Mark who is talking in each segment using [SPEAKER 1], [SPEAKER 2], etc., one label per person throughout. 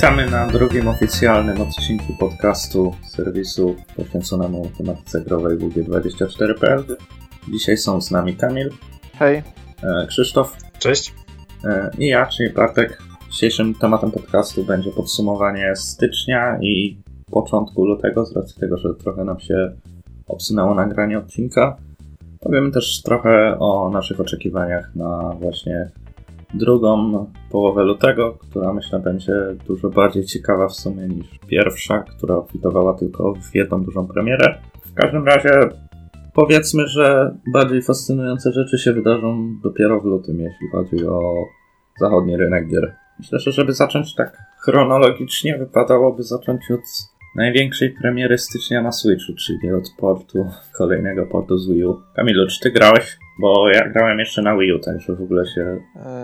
[SPEAKER 1] Witamy na drugim oficjalnym odcinku podcastu serwisu poświęconemu tematyce growej WG24.pl. Dzisiaj są z nami Kamil.
[SPEAKER 2] Hej.
[SPEAKER 1] Krzysztof.
[SPEAKER 3] Cześć.
[SPEAKER 1] I ja, czyli Bartek. Dzisiejszym tematem podcastu będzie podsumowanie stycznia i początku lutego, z racji tego, że trochę nam się obsunęło nagranie odcinka. Powiemy też trochę o naszych oczekiwaniach na właśnie drugą połowę lutego, która myślę będzie dużo bardziej ciekawa w sumie niż pierwsza, która obfitowała tylko w jedną dużą premierę. W każdym razie powiedzmy, że bardziej fascynujące rzeczy się wydarzą dopiero w lutym, jeśli chodzi o zachodni rynek gier. Myślę, że żeby zacząć tak chronologicznie, wypadałoby zacząć od największej premiery stycznia na Switchu, czyli od kolejnego portu z Wii U. Kamilu, czy ty grałeś? Bo ja grałem jeszcze na Wii U, także w ogóle się...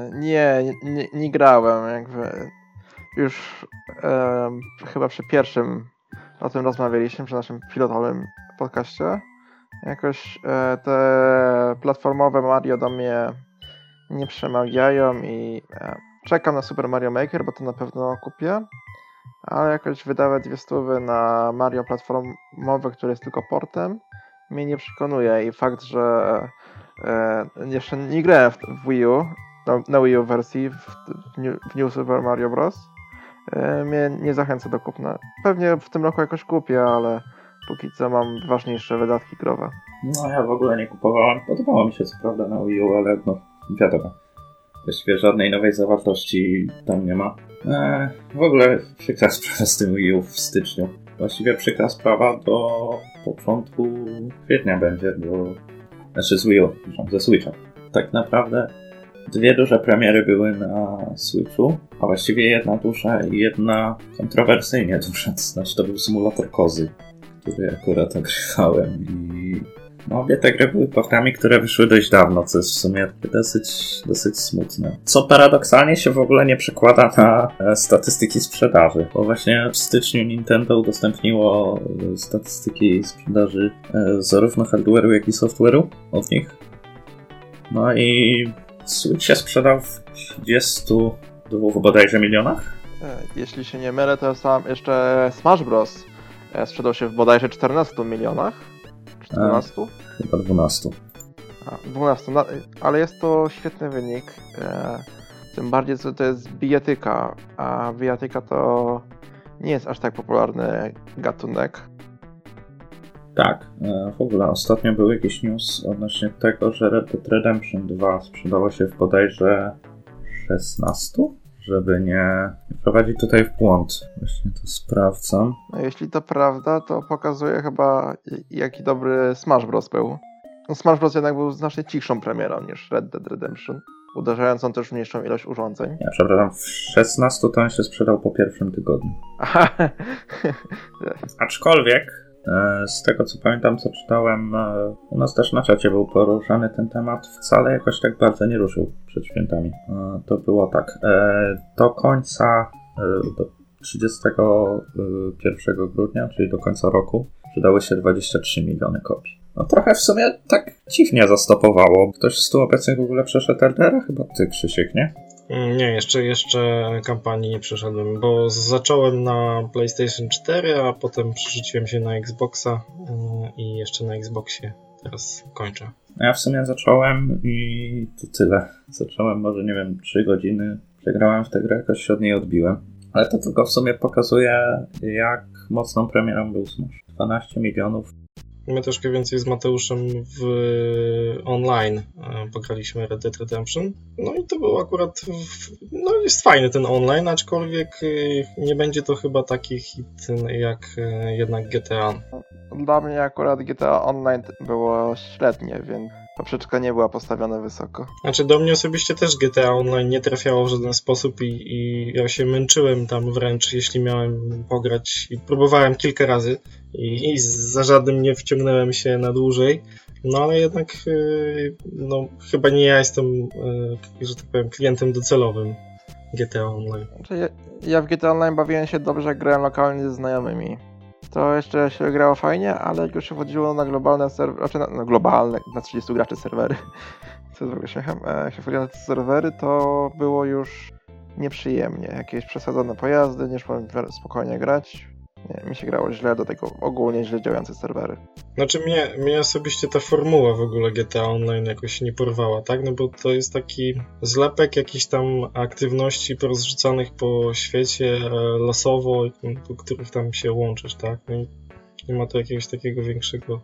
[SPEAKER 2] Nie grałem, jakby już chyba przy pierwszym o tym rozmawialiśmy, przy naszym pilotowym podcaście. Jakoś te platformowe Mario do mnie nie przemawiają i czekam na Super Mario Maker, bo to na pewno kupię. Ale jakoś wydawać 200 na Mario platformowe, które jest tylko portem, mnie nie przekonuje i fakt, że jeszcze nie grałem w Wii U, na Wii U wersji w New Super Mario Bros. Mnie nie zachęca do kupna. Pewnie w tym roku jakoś kupię, ale póki co mam ważniejsze wydatki growe.
[SPEAKER 1] No ja w ogóle nie kupowałem. Podobało mi się co prawda na Wii U, ale no wiadomo. Właściwie żadnej nowej zawartości tam nie ma. W ogóle przykra sprawa z tym Wii U w styczniu. Właściwie przykra sprawa do początku kwietnia będzie, bo... Znaczy z Wii U, ze Switcha. Tak naprawdę dwie duże premiery były na Switchu, a właściwie jedna duża i jedna kontrowersyjnie duża. To znaczy to był symulator kozy, który akurat ogrywałem i... No, obie te gry były portami, które wyszły dość dawno, co jest w sumie dosyć smutne. Co paradoksalnie się w ogóle nie przekłada na statystyki sprzedaży, bo właśnie w styczniu Nintendo udostępniło statystyki sprzedaży zarówno hardware'u, jak i software'u od nich. No i Switch się sprzedał w 32 bodajże milionach.
[SPEAKER 2] Jeśli się nie mylę, to sam jeszcze Smash Bros. Sprzedał się w bodajże 14 milionach. 14?
[SPEAKER 1] Chyba 12.
[SPEAKER 2] 12, no, ale jest to świetny wynik. Tym bardziej, że to jest bijatyka, a bijatyka to nie jest aż tak popularny gatunek.
[SPEAKER 1] Tak, w ogóle ostatnio był jakiś news odnośnie tego, że Red Dead Redemption 2 sprzedało się w bodajże 16? Żeby nie prowadzić tutaj w błąd. Właśnie to sprawdzam.
[SPEAKER 2] No, jeśli to prawda, to pokazuje chyba jaki dobry Smash Bros. Był. No, Smash Bros. Jednak był znacznie cichszą premierą niż Red Dead Redemption, uderzającą też w mniejszą ilość urządzeń.
[SPEAKER 1] Ja przepraszam, w 16 to on się sprzedał po pierwszym tygodniu. Aczkolwiek z tego co pamiętam, co czytałem, u nas też na czacie był poruszany ten temat, wcale jakoś tak bardzo nie ruszył przed świętami. To było tak, do końca, do 31 grudnia, czyli do końca roku, przydały się 23 miliony kopii. No trochę w sumie tak dziwnie zastopowało. Ktoś z tu obecnych w ogóle przeszedł Eldera? Chyba ty, Krzysiek, nie?
[SPEAKER 3] Nie, jeszcze kampanii nie przeszedłem, bo zacząłem na PlayStation 4, a potem przerzuciłem się na Xboxa i jeszcze na Xboxie teraz kończę.
[SPEAKER 1] Ja w sumie zacząłem i to tyle. Zacząłem może, nie wiem, 3 godziny, przegrałem w tę grę, jakoś się od niej odbiłem. Ale to tylko w sumie pokazuje, jak mocną premierą był Smash. 12 milionów.
[SPEAKER 3] My troszkę więcej z Mateuszem w online pograliśmy Red Dead Redemption. No i to był akurat... No jest fajny ten online, aczkolwiek nie będzie to chyba taki hit jak jednak GTA.
[SPEAKER 2] Dla mnie akurat GTA Online było średnie, więc poprzeczka nie była postawiona wysoko.
[SPEAKER 3] Znaczy do mnie osobiście też GTA Online nie trafiało w żaden sposób i ja się męczyłem tam wręcz, jeśli miałem pograć. I próbowałem kilka razy i za żadnym nie wciągnąłem się na dłużej. No ale jednak no chyba nie ja jestem, że tak powiem, klientem docelowym GTA Online.
[SPEAKER 2] Znaczy, ja w GTA Online bawiłem się dobrze, jak grałem lokalnie ze znajomymi. To jeszcze się grało fajnie, ale jak już się wchodziło na globalne serwery, znaczy na globalne, na 30 graczy serwery, co jest w ogóle śmiechem, jak się wchodziło na te serwery, to było już nieprzyjemnie. Jakieś przesadzone pojazdy, nie szło mi spokojnie grać. Nie, mi się grało źle, do tego ogólnie źle działające serwery.
[SPEAKER 3] Znaczy mnie osobiście ta formuła w ogóle GTA Online jakoś nie porwała, tak? No bo to jest taki zlepek jakichś tam aktywności porozrzucanych po świecie losowo, do których tam się łączysz, tak? No i nie ma to jakiegoś takiego większego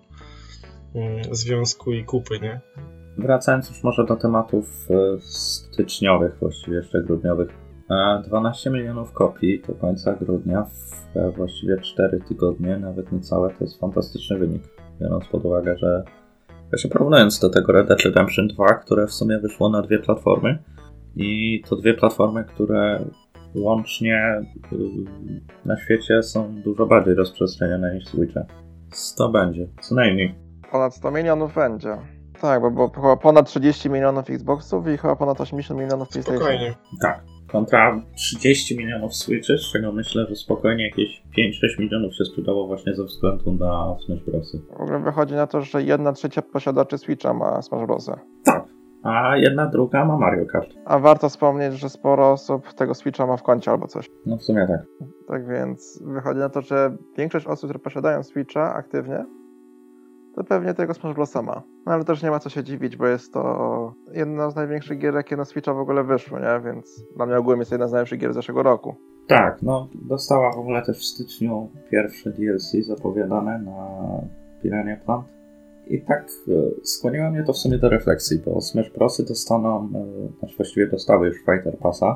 [SPEAKER 3] związku i kupy, nie?
[SPEAKER 1] Wracając już może do tematów styczniowych, właściwie jeszcze grudniowych. 12 milionów kopii do końca grudnia w właściwie 4 tygodnie, nawet niecałe, to jest fantastyczny wynik. Biorąc pod uwagę, że jeszcze porównując do tego Red Dead Redemption 2, które w sumie wyszło na 2 platformy i to 2 platformy, które łącznie na świecie są dużo bardziej rozprzestrzenione niż Switche. 100 będzie, co najmniej.
[SPEAKER 2] Ponad 100 milionów będzie. Tak, bo było chyba ponad 30 milionów Xboxów i chyba ponad 80 milionów PlayStation.
[SPEAKER 3] Spokojnie.
[SPEAKER 1] Tak. Kontra 30 milionów Switchy, z czego myślę, że spokojnie jakieś 5-6 milionów się sprzedało właśnie ze względu na Smash Brosy.
[SPEAKER 2] W ogóle wychodzi na to, że 1/3 posiadaczy Switcha ma Smash Brosy.
[SPEAKER 1] Tak. A 1/2 ma Mario Kart.
[SPEAKER 2] A warto wspomnieć, że sporo osób tego Switcha ma w koncie albo coś.
[SPEAKER 1] No w sumie tak.
[SPEAKER 2] Tak więc wychodzi na to, że większość osób, które posiadają Switcha aktywnie, to pewnie tego Smash Brosa ma. No ale też nie ma co się dziwić, bo jest to jedna z największych gier, jakie na Switcha w ogóle wyszły, nie? Więc dla mnie ogólnie jest to jedna z najlepszych gier zeszłego roku.
[SPEAKER 1] Tak, no dostała w ogóle też w styczniu pierwsze DLC zapowiadane na Piranha Plant. I tak skłoniło mnie to w sumie do refleksji, bo Smash Brosy dostaną, znaczy właściwie dostały już Fighter Passa,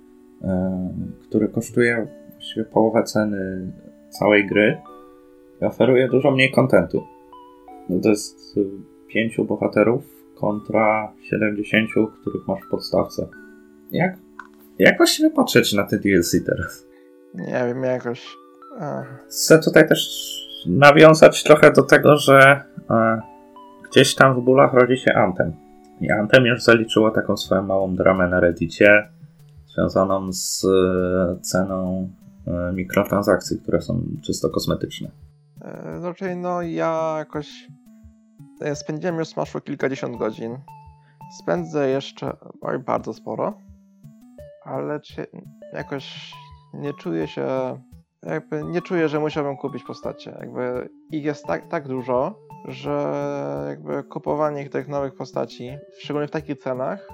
[SPEAKER 1] który kosztuje właściwie połowę ceny całej gry i oferuje dużo mniej kontentu. No to jest 5 bohaterów kontra 70, których masz w podstawce. Jak właściwie patrzeć na te DLC teraz?
[SPEAKER 2] Nie wiem, jakoś...
[SPEAKER 1] Chcę tutaj też nawiązać trochę do tego, że gdzieś tam w bólach rodzi się Anthem. I Anthem już zaliczyło taką swoją małą dramę na Reddicie, związaną z ceną mikrotransakcji, które są czysto kosmetyczne.
[SPEAKER 2] Raczej no ja jakoś spędziłem już w Smashu kilkadziesiąt godzin. Spędzę jeszcze bardzo sporo, ale jakoś nie czuję się, nie czuję, że musiałbym kupić postacie. Jakby ich jest tak dużo, że jakby kupowanie tych nowych postaci, szczególnie w takich cenach,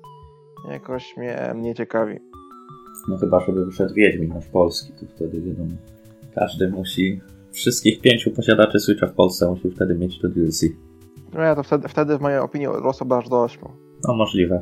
[SPEAKER 2] jakoś mnie nie ciekawi.
[SPEAKER 1] No chyba, żeby wyszedł Wiedźmin nasz polski, to wtedy wiadomo, każdy musi, wszystkich 5 posiadaczy Switcha w Polsce musi wtedy mieć to DLC.
[SPEAKER 2] No ja to wtedy w mojej opinii rosłoby aż do 8.
[SPEAKER 1] No możliwe.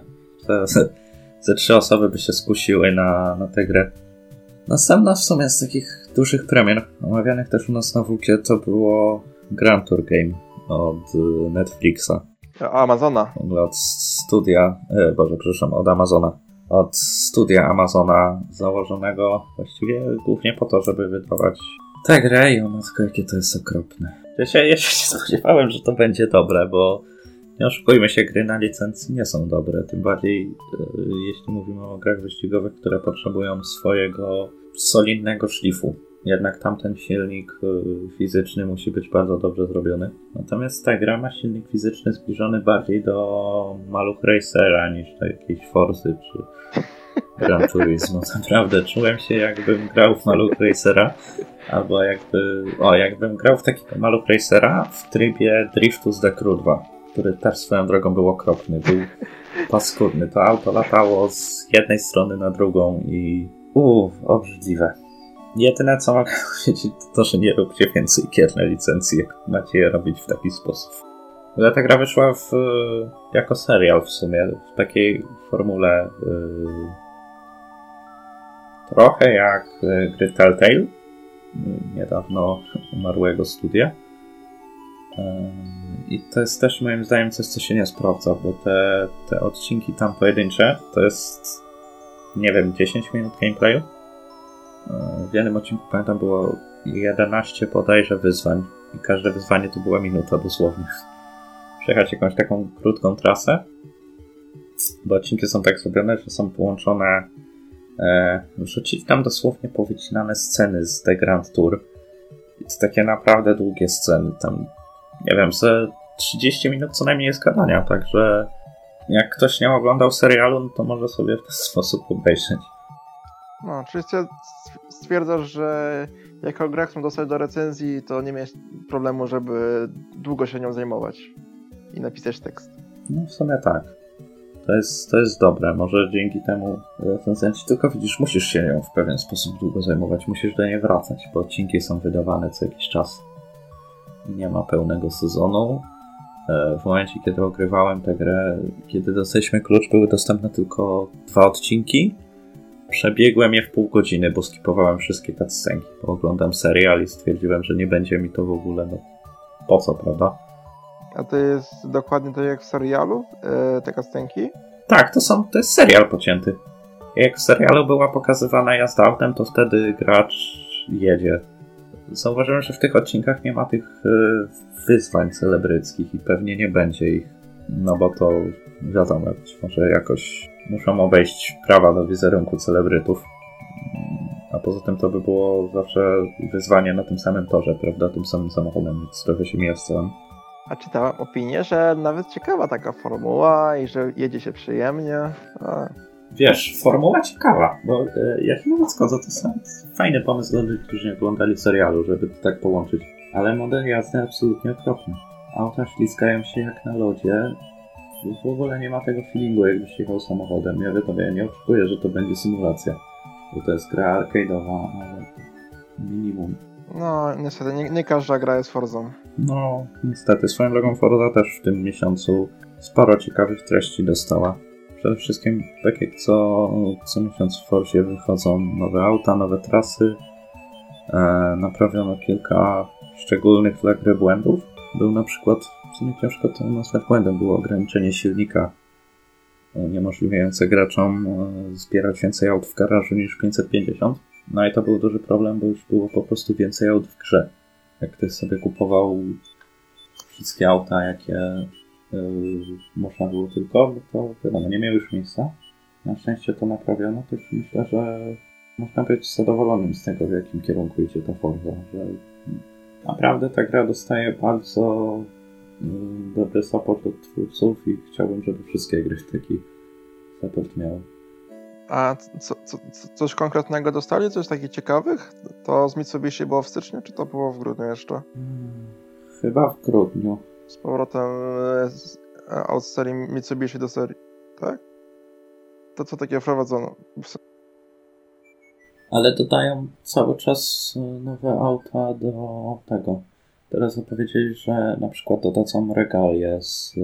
[SPEAKER 1] Ze 3 osoby by się skusiły na tę grę. Następna w sumie z takich dużych premier, omawianych też u nas na WK, to było Grand Tour Game od Netflixa.
[SPEAKER 2] Amazona.
[SPEAKER 1] Od studia, od Amazona. Od studia Amazona założonego właściwie głównie po to, żeby wydawać tę grę i o matko, jakie to jest okropne. Ja się nie spodziewałem, że to będzie dobre, bo nie oszukujmy się, gry na licencji nie są dobre, tym bardziej jeśli mówimy o grach wyścigowych, które potrzebują swojego solidnego szlifu. Jednak tamten silnik fizyczny musi być bardzo dobrze zrobiony. Natomiast ta gra ma silnik fizyczny zbliżony bardziej do Maluch Racera niż do jakiejś Forzy czy Gran Turismo. Naprawdę czułem się, jakbym grał w Maluch Racera, albo jakbym grał w takiego Maluch Racera w trybie Driftu z The Crew 2, który też swoją drogą był okropny, był paskudny. To auto latało z jednej strony na drugą i obrzydliwe. Jedyne co mogę powiedzieć to, że nie róbcie więcej gier na licencji, jak macie je robić w taki sposób. Ale ta gra wyszła jako serial w sumie, w takiej formule trochę jak gry Telltale, niedawno umarłego studia. I to jest też moim zdaniem coś, co się nie sprawdza, bo te odcinki tam pojedyncze to jest, nie wiem, 10 minut gameplayu. W jednym odcinku, pamiętam, było 11 bodajże wyzwań i każde wyzwanie to była minuta dosłownie. Przejechać jakąś taką krótką trasę, bo odcinki są tak zrobione, że są połączone, rzucili tam dosłownie powycinane sceny z The Grand Tour i to takie naprawdę długie sceny, tam nie wiem, ze 30 minut co najmniej jest gadania, także jak ktoś nie oglądał serialu, no to może sobie w ten sposób obejrzeć.
[SPEAKER 2] No, czyli stwierdzasz, że jako grę chcą dostać do recenzji, to nie miałeś problemu, żeby długo się nią zajmować i napisać tekst.
[SPEAKER 1] No w sumie tak. To jest dobre. Może dzięki temu recenzenci, tylko widzisz, musisz się nią w pewien sposób długo zajmować. Musisz do niej wracać, bo odcinki są wydawane co jakiś czas. Nie ma pełnego sezonu. W momencie, kiedy ogrywałem tę grę, kiedy dostaliśmy klucz, były dostępne tylko 2 odcinki. Przebiegłem je w pół godziny, bo skipowałem wszystkie cutscenki. Bo oglądam serial i stwierdziłem, że nie będzie mi to w ogóle, no po co, prawda?
[SPEAKER 2] A to jest dokładnie tak jak w serialu, te cutscenki?
[SPEAKER 1] Tak, to jest serial pocięty. Jak w serialu była pokazywana jazda autem, to wtedy gracz jedzie. Zauważyłem, że w tych odcinkach nie ma tych wyzwań celebryckich i pewnie nie będzie ich. No bo to wiadomo, być może jakoś muszą obejść prawa do wizerunku celebrytów. A poza tym to by było zawsze wyzwanie na tym samym torze, prawda? Tym samym samochodem, więc trochę się mieszczę.
[SPEAKER 2] A czytałem opinię, że nawet ciekawa taka formuła i że jedzie się przyjemnie.
[SPEAKER 1] Wiesz, formuła ciekawa, bo ja się nawet zgodzę, to jest fajny pomysł dla ludzi, którzy nie oglądali serialu, żeby to tak połączyć. Ale model jazdy absolutnie okropny. Auta ślizgają się jak na lodzie. W ogóle nie ma tego feelingu, jakbyś jechał samochodem. Ja nie oczekuję, że to będzie symulacja. Bo to jest gra arcade'owa, ale minimum.
[SPEAKER 2] No, niestety, nie każda gra jest Forzą.
[SPEAKER 1] No, niestety. Swoją drogą Forza też w tym miesiącu sporo ciekawych treści dostała. Przede wszystkim, tak jak co miesiąc w Forzie wychodzą nowe auta, nowe trasy. Naprawiono kilka szczególnych dla gry błędów. Był na przykład, w sumie ciężko to nazwać błędem, było ograniczenie silnika niemożliwiające graczom zbierać więcej aut w garażu niż 550. No i to był duży problem, bo już było po prostu więcej aut w grze. Jak ktoś sobie kupował wszystkie auta, jakie można było tylko, to wiadomo, nie miał już miejsca. Na szczęście to naprawiono, to myślę, że można być zadowolonym z tego, w jakim kierunku idzie ta Forza, że naprawdę ta gra dostaje bardzo dobry support od twórców i chciałbym, żeby wszystkie gry taki support miały.
[SPEAKER 2] A coś konkretnego dostali? Coś takich ciekawych? To z Mitsubishi było w styczniu, czy to było w grudniu jeszcze?
[SPEAKER 1] Chyba w grudniu.
[SPEAKER 2] Z powrotem aut z serii Mitsubishi do serii, tak? To co takie wprowadzono?
[SPEAKER 1] Ale dodają cały czas nowe auta do tego. Teraz zapowiedzieli, że na przykład dodadzą regalie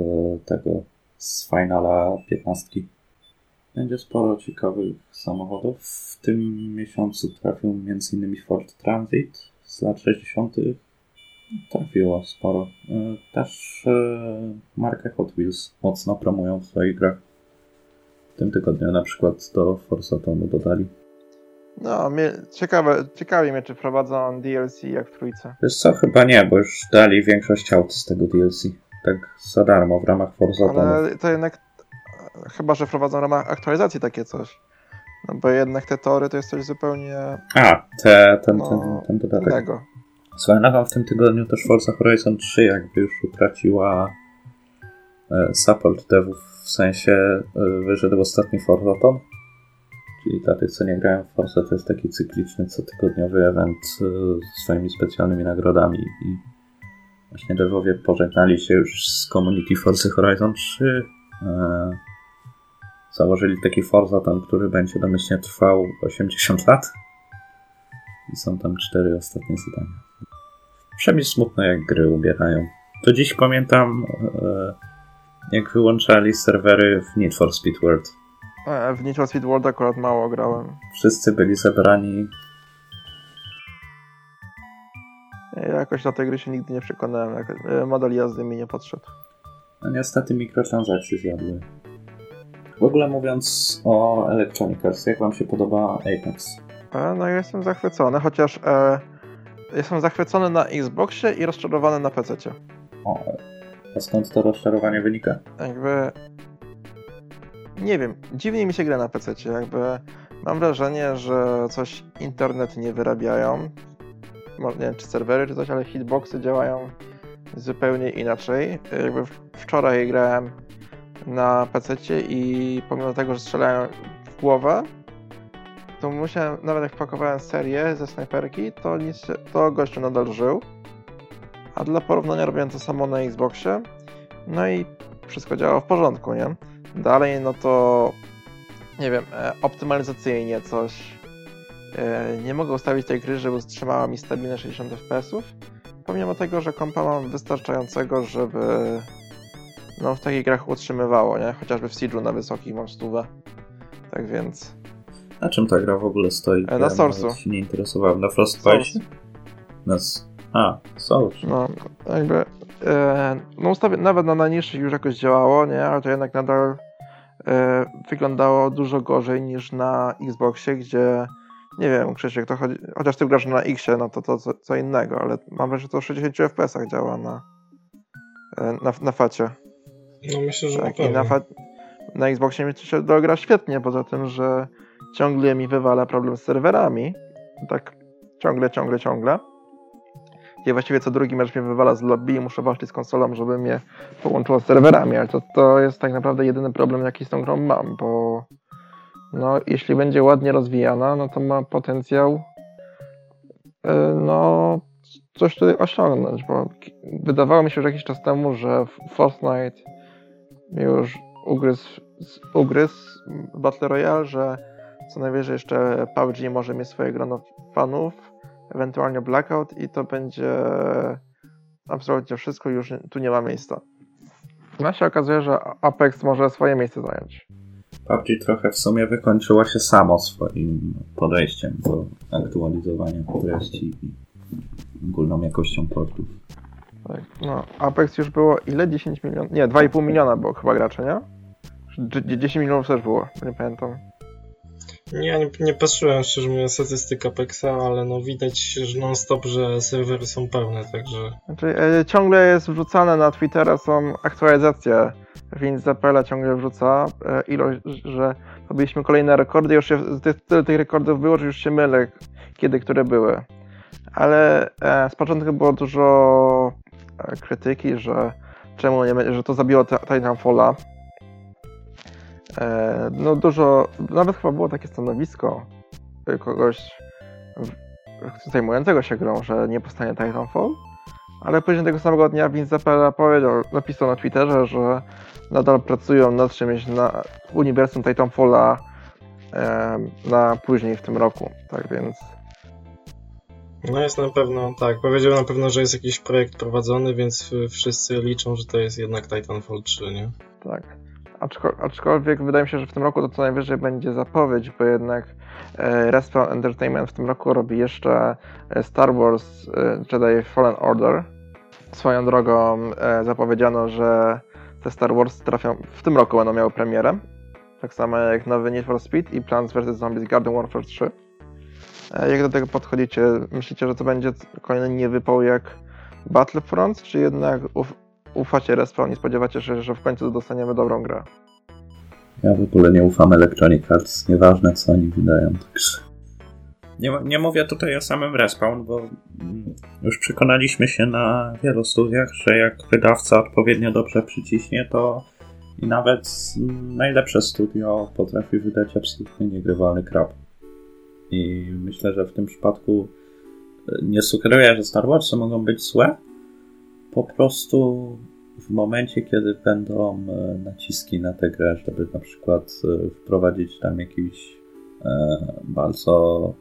[SPEAKER 1] z Finala 15. Będzie sporo ciekawych samochodów. W tym miesiącu trafił m.in. Ford Transit z lat 60. Trafiło sporo. Też markę Hot Wheels mocno promują w swoich grach. W tym tygodniu na przykład do Forza Tonu dodali.
[SPEAKER 2] No, ciekawi mnie, czy wprowadzą DLC jak w trójce.
[SPEAKER 1] Wiesz co, chyba nie, bo już dali większość aut z tego DLC. Tak za darmo w ramach Forza Tonu.
[SPEAKER 2] Ale to jednak, chyba że wprowadzą w ramach aktualizacji takie coś. No bo jednak te tory to jest coś zupełnie...
[SPEAKER 1] Ten dodatek.
[SPEAKER 2] Innego.
[SPEAKER 1] Swoją drogą w tym tygodniu też Forza Horizon 3 jakby już utraciła support devów, w sensie wyszedł ostatni Forza Ton. Czyli dla tych, co nie grają w Forza, to jest taki cykliczny, cotygodniowy event z swoimi specjalnymi nagrodami i właśnie devowie pożegnali się już z community Forza Horizon 3. Założyli taki Forza Ton, który będzie domyślnie trwał 80 lat i są tam 4 ostatnie zadania. Przynajmniej smutno, jak gry ubierają. To dziś pamiętam, jak wyłączali serwery w Need for Speed World.
[SPEAKER 2] W Need for Speed World akurat mało grałem.
[SPEAKER 1] Wszyscy byli zebrani.
[SPEAKER 2] Ja jakoś do tej gry się nigdy nie przekonałem. Model jazdy mi nie podszedł.
[SPEAKER 1] No niestety mikrotransakcje zjadły. W ogóle mówiąc o Electronic Arts, jak wam się podoba Apex?
[SPEAKER 2] No ja jestem zachwycony, chociaż jestem zachwycony na Xboxie i rozczarowany na PC-cie.
[SPEAKER 1] A skąd to rozczarowanie wynika?
[SPEAKER 2] Jakby... Nie wiem, dziwnie mi się gra na PC-cie, jakby mam wrażenie, że coś internet nie wyrabiają. Nie wiem, czy serwery, czy coś, ale hitboxy działają zupełnie inaczej. Jakby wczoraj grałem na PC-cie i pomimo tego, że strzelałem w głowę, to musiałem, nawet jak pakowałem serię ze snajperki, to gościu nadal żył. A dla porównania robiłem to samo na Xboxie. No i wszystko działało w porządku, nie? Dalej, no to nie wiem, optymalizacyjnie coś. Nie mogę ustawić tej gry, żeby trzymała mi stabilne 60 fps. Pomimo tego, że kompa mam wystarczającego, żeby w takich grach utrzymywało, nie? Chociażby w Siege'u na wysokich mam 100. Tak więc...
[SPEAKER 1] Na czym ta gra w ogóle stoi?
[SPEAKER 2] Na Source'u.
[SPEAKER 1] Się nie interesowałem. Na Frostbite? Source.
[SPEAKER 2] No, jakby... nawet na najniższych już jakoś działało, nie? Ale to jednak nadal wyglądało dużo gorzej niż na Xboxie, gdzie... Nie wiem, Krzysiek, to chociaż ty grasz na Xie, no to co innego, ale mam wrażenie, że to w 60 FPS-ach działa na facie.
[SPEAKER 3] No myślę, że
[SPEAKER 2] tak, i na Xboxie mi się dogra świetnie, poza tym, że ciągle mi wywala problem z serwerami. Tak ciągle. Gdzie właściwie co drugi mecz mnie wywala z lobby i muszę walczyć z konsolą, żeby mnie połączyło z serwerami, ale to jest tak naprawdę jedyny problem, jaki z tą grą mam, bo jeśli będzie ładnie rozwijana, no to ma potencjał coś tutaj osiągnąć, bo wydawało mi się już jakiś czas temu, że Fortnite już ugryzł Battle Royale, że co najwyżej jeszcze PUBG może mieć swoje grono fanów, ewentualnie Blackout i to będzie absolutnie wszystko, już tu nie ma miejsca. No się okazuje, że Apex może swoje miejsce zająć.
[SPEAKER 1] PUBG trochę w sumie wykończyło się samo swoim podejściem do aktualizowania treści i ogólną jakością portów.
[SPEAKER 2] Tak, Apex już było ile? 10 milionów? Nie, 2,5 miliona było chyba graczy, nie? 10 milionów też było, nie pamiętam.
[SPEAKER 3] Nie patrzyłem szczerze mówiąc statystyk Apexa, ale widać że non-stop, że serwery są pełne, także...
[SPEAKER 2] Znaczy, ciągle jest wrzucane na Twittera, są aktualizacje, więc Zapela ciągle wrzuca ilość, że robiliśmy kolejne rekordy, już tyle tych rekordów było, że już się mylę, które były. Ale z początku było dużo krytyki, że czemu nie, że to zabiło Titanfalla. Dużo, nawet chyba było takie stanowisko kogoś zajmującego się grą, że nie powstanie Titanfall, ale później tego samego dnia Vince Zampella napisał na Twitterze, że nadal pracują nad czymś na uniwersum Titanfalla na później w tym roku, tak więc...
[SPEAKER 3] Jest na pewno, tak, powiedział na pewno, że jest jakiś projekt prowadzony, więc wszyscy liczą, że to jest jednak Titanfall 3, nie?
[SPEAKER 2] Tak. Aczkolwiek wydaje mi się, że w tym roku to co najwyżej będzie zapowiedź, bo jednak Respawn Entertainment w tym roku robi jeszcze Star Wars Jedi Fallen Order. Swoją drogą zapowiedziano, że te Star Wars w tym roku będą miały premierę. Tak samo jak nowy Need for Speed i Plants vs. Zombies Garden Warfare 3. Jak do tego podchodzicie? Myślicie, że to będzie kolejny niewypał jak Battlefront, czy jednak ufacie Respawn i spodziewacie się, że w końcu dostaniemy dobrą grę?
[SPEAKER 1] Ja w ogóle nie ufam Electronic Arts, nieważne co oni wydają, także... Nie mówię tutaj o samym Respawn, bo już przekonaliśmy się na wielu studiach, że jak wydawca odpowiednio dobrze przyciśnie, to i nawet najlepsze studio potrafi wydać absolutnie niegrywalny krab. I myślę, że w tym przypadku nie sugeruję, że Star Warsy mogą być złe. Po prostu w momencie, kiedy będą naciski na tę grę, żeby na przykład wprowadzić tam jakiś bardzo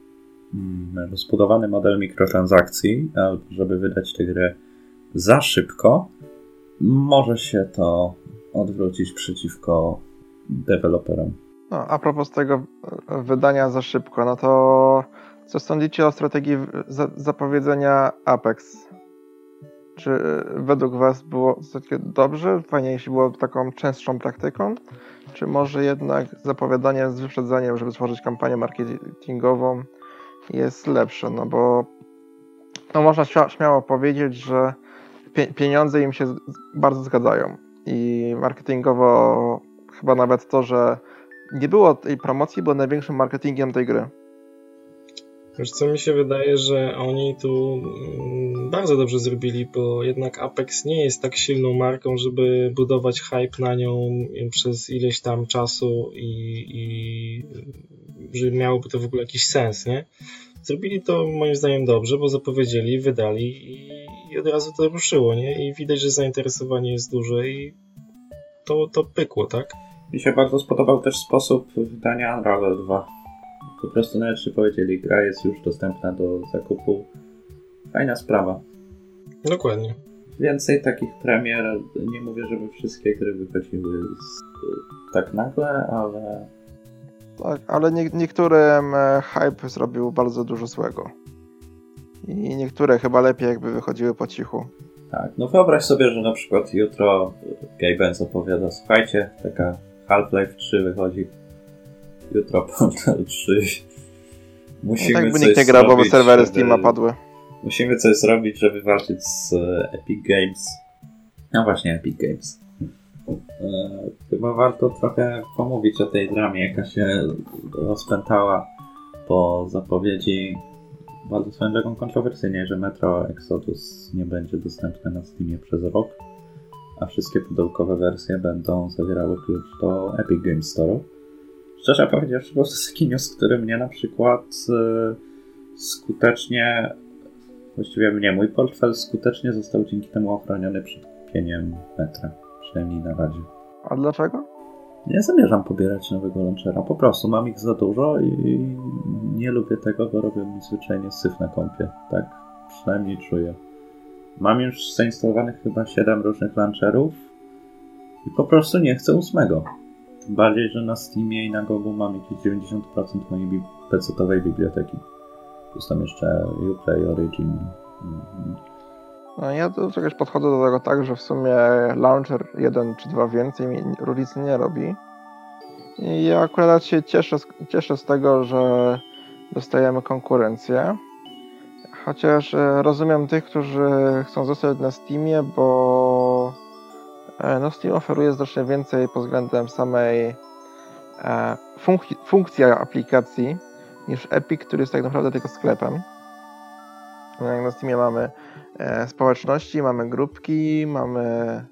[SPEAKER 1] rozbudowany model mikrotransakcji, albo żeby wydać tę grę za szybko, może się to odwrócić przeciwko deweloperom.
[SPEAKER 2] A propos tego wydania za szybko, no to co sądzicie o strategii zapowiedzenia Apex? Czy według was było dobrze? Fajnie, jeśli było taką częstszą praktyką? Czy może jednak zapowiadanie z wyprzedzeniem, żeby stworzyć kampanię marketingową jest lepsze? No bo można śmiało powiedzieć, że pieniądze im się bardzo zgadzają. I marketingowo chyba nawet to, że nie było tej promocji, było największym marketingiem tej gry.
[SPEAKER 3] Wiesz co, mi się wydaje, że oni tu bardzo dobrze zrobili, bo jednak Apex nie jest tak silną marką, żeby budować hype na nią przez ileś tam czasu i że miałoby to w ogóle jakiś sens, nie? Zrobili to moim zdaniem dobrze, bo zapowiedzieli, wydali i od razu to ruszyło, nie? I widać, że zainteresowanie jest duże i to pykło, tak?
[SPEAKER 1] Mi się bardzo spodobał też sposób wydania Unravel 2. Po prostu nawet się powiedzieli, gra jest już dostępna do zakupu. Fajna sprawa.
[SPEAKER 3] Dokładnie.
[SPEAKER 1] Więcej takich premier, nie mówię, żeby wszystkie gry wychodziły tak nagle, ale...
[SPEAKER 2] Tak, ale niektórym hype zrobił bardzo dużo złego. I niektóre chyba lepiej jakby wychodziły po cichu.
[SPEAKER 1] Tak, no wyobraź sobie, że na przykład jutro Gabe Benz opowiada, słuchajcie, taka Half-Life 3 wychodzi. Jutro Portal 3. Musimy
[SPEAKER 2] tak by
[SPEAKER 1] coś
[SPEAKER 2] nikt nie grał, bo serwery
[SPEAKER 1] żeby...
[SPEAKER 2] Steama padły.
[SPEAKER 1] Musimy coś zrobić, żeby walczyć z Epic Games. No właśnie, Epic Games. Chyba warto trochę pomówić o tej dramie, jaka się rozpętała po zapowiedzi bardzo swoją drogą kontrowersyjnie, że Metro Exodus nie będzie dostępne na Steamie przez rok, a wszystkie pudełkowe wersje będą zawierały klucz do Epic Games Store. Szczerze powiedziawszy, to jest taki news, który mnie na przykład skutecznie, właściwie mnie, mój portfel skutecznie został dzięki temu ochroniony przed kupieniem Metra, przynajmniej na razie.
[SPEAKER 2] A dlaczego?
[SPEAKER 1] Nie zamierzam pobierać nowego launchera, po prostu mam ich za dużo i nie lubię tego, bo robią mi zwyczajnie syf na kompie, tak przynajmniej czuję. Mam już zainstalowanych chyba 7 różnych launcherów i po prostu nie chcę 8. Tym bardziej, że na Steamie i na Gogu mam jakieś 90% mojej PC-owej biblioteki. Plus tam jeszcze Uplay, Origin.
[SPEAKER 2] No ja do czegoś podchodzę do tego tak, że w sumie launcher 1 czy 2 więcej mi różnicy nie robi. I ja akurat się cieszę z tego, że dostajemy konkurencję. Chociaż rozumiem tych, którzy chcą zostać na Steamie, bo no Steam oferuje znacznie więcej pod względem samej funkcji aplikacji niż Epic, który jest tak naprawdę tylko sklepem. Jak na Steamie mamy społeczności, mamy grupki, mamy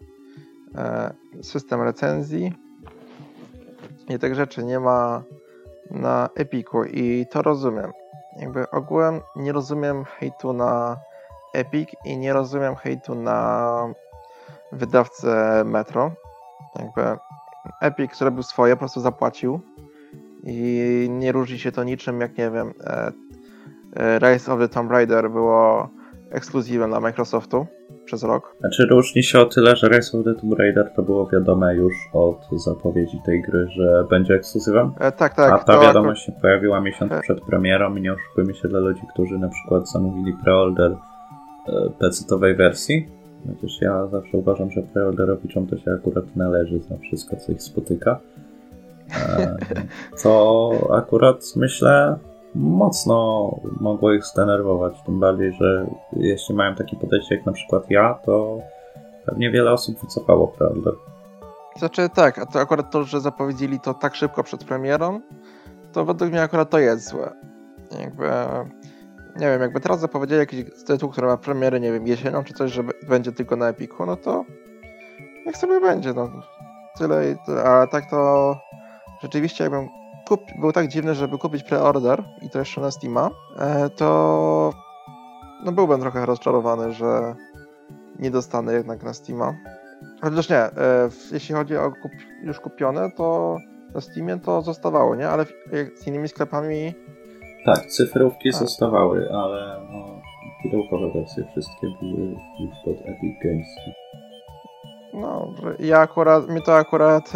[SPEAKER 2] system recenzji i tych rzeczy nie ma na Epiku i to rozumiem. Jakby ogółem nie rozumiem hejtu na Epic i nie rozumiem hejtu na wydawcę Metro. Jakby Epic zrobił swoje, po prostu zapłacił i nie różni się to niczym, jak nie wiem, Rise of the Tomb Raider było ekskluzywem dla Microsoftu przez rok.
[SPEAKER 1] Znaczy różni się o tyle, że Rise of the Tomb Raider to było wiadome już od zapowiedzi tej gry, że będzie ekskluzywem.
[SPEAKER 2] Tak.
[SPEAKER 1] A ta wiadomość się pojawiła miesiąc przed premierą i nie oszukujmy się dla ludzi, którzy na przykład zamówili preorder PC-owej wersji. Chociaż ja zawsze uważam, że preorderowiczom to się akurat należy za wszystko, co ich spotyka. Co akurat myślę mocno mogło ich zdenerwować. Tym bardziej, że jeśli mają takie podejście jak na przykład ja, to pewnie wiele osób wycofało preorder.
[SPEAKER 2] Znaczy tak, a to akurat to, że zapowiedzieli to tak szybko przed premierą, to według mnie akurat to jest złe. Jakby, nie wiem, jakby teraz zapowiedzieli jakiś tytuł, który ma premiery, nie wiem, jesienią czy coś, że będzie tylko na Epiku, no to jak sobie będzie, no. Tyle, a tak to rzeczywiście jakbym był tak dziwny, żeby kupić preorder i to jeszcze na Steama, to no byłbym trochę rozczarowany, że nie dostanę jednak na Steama. Chociaż nie, jeśli chodzi o już kupione, to na Steamie to zostawało, nie? Ale z innymi sklepami...
[SPEAKER 1] Tak, cyfrówki zostawały, ale no, pudełkowe wersje wszystkie były już pod Epic Games.
[SPEAKER 2] No, mi to akurat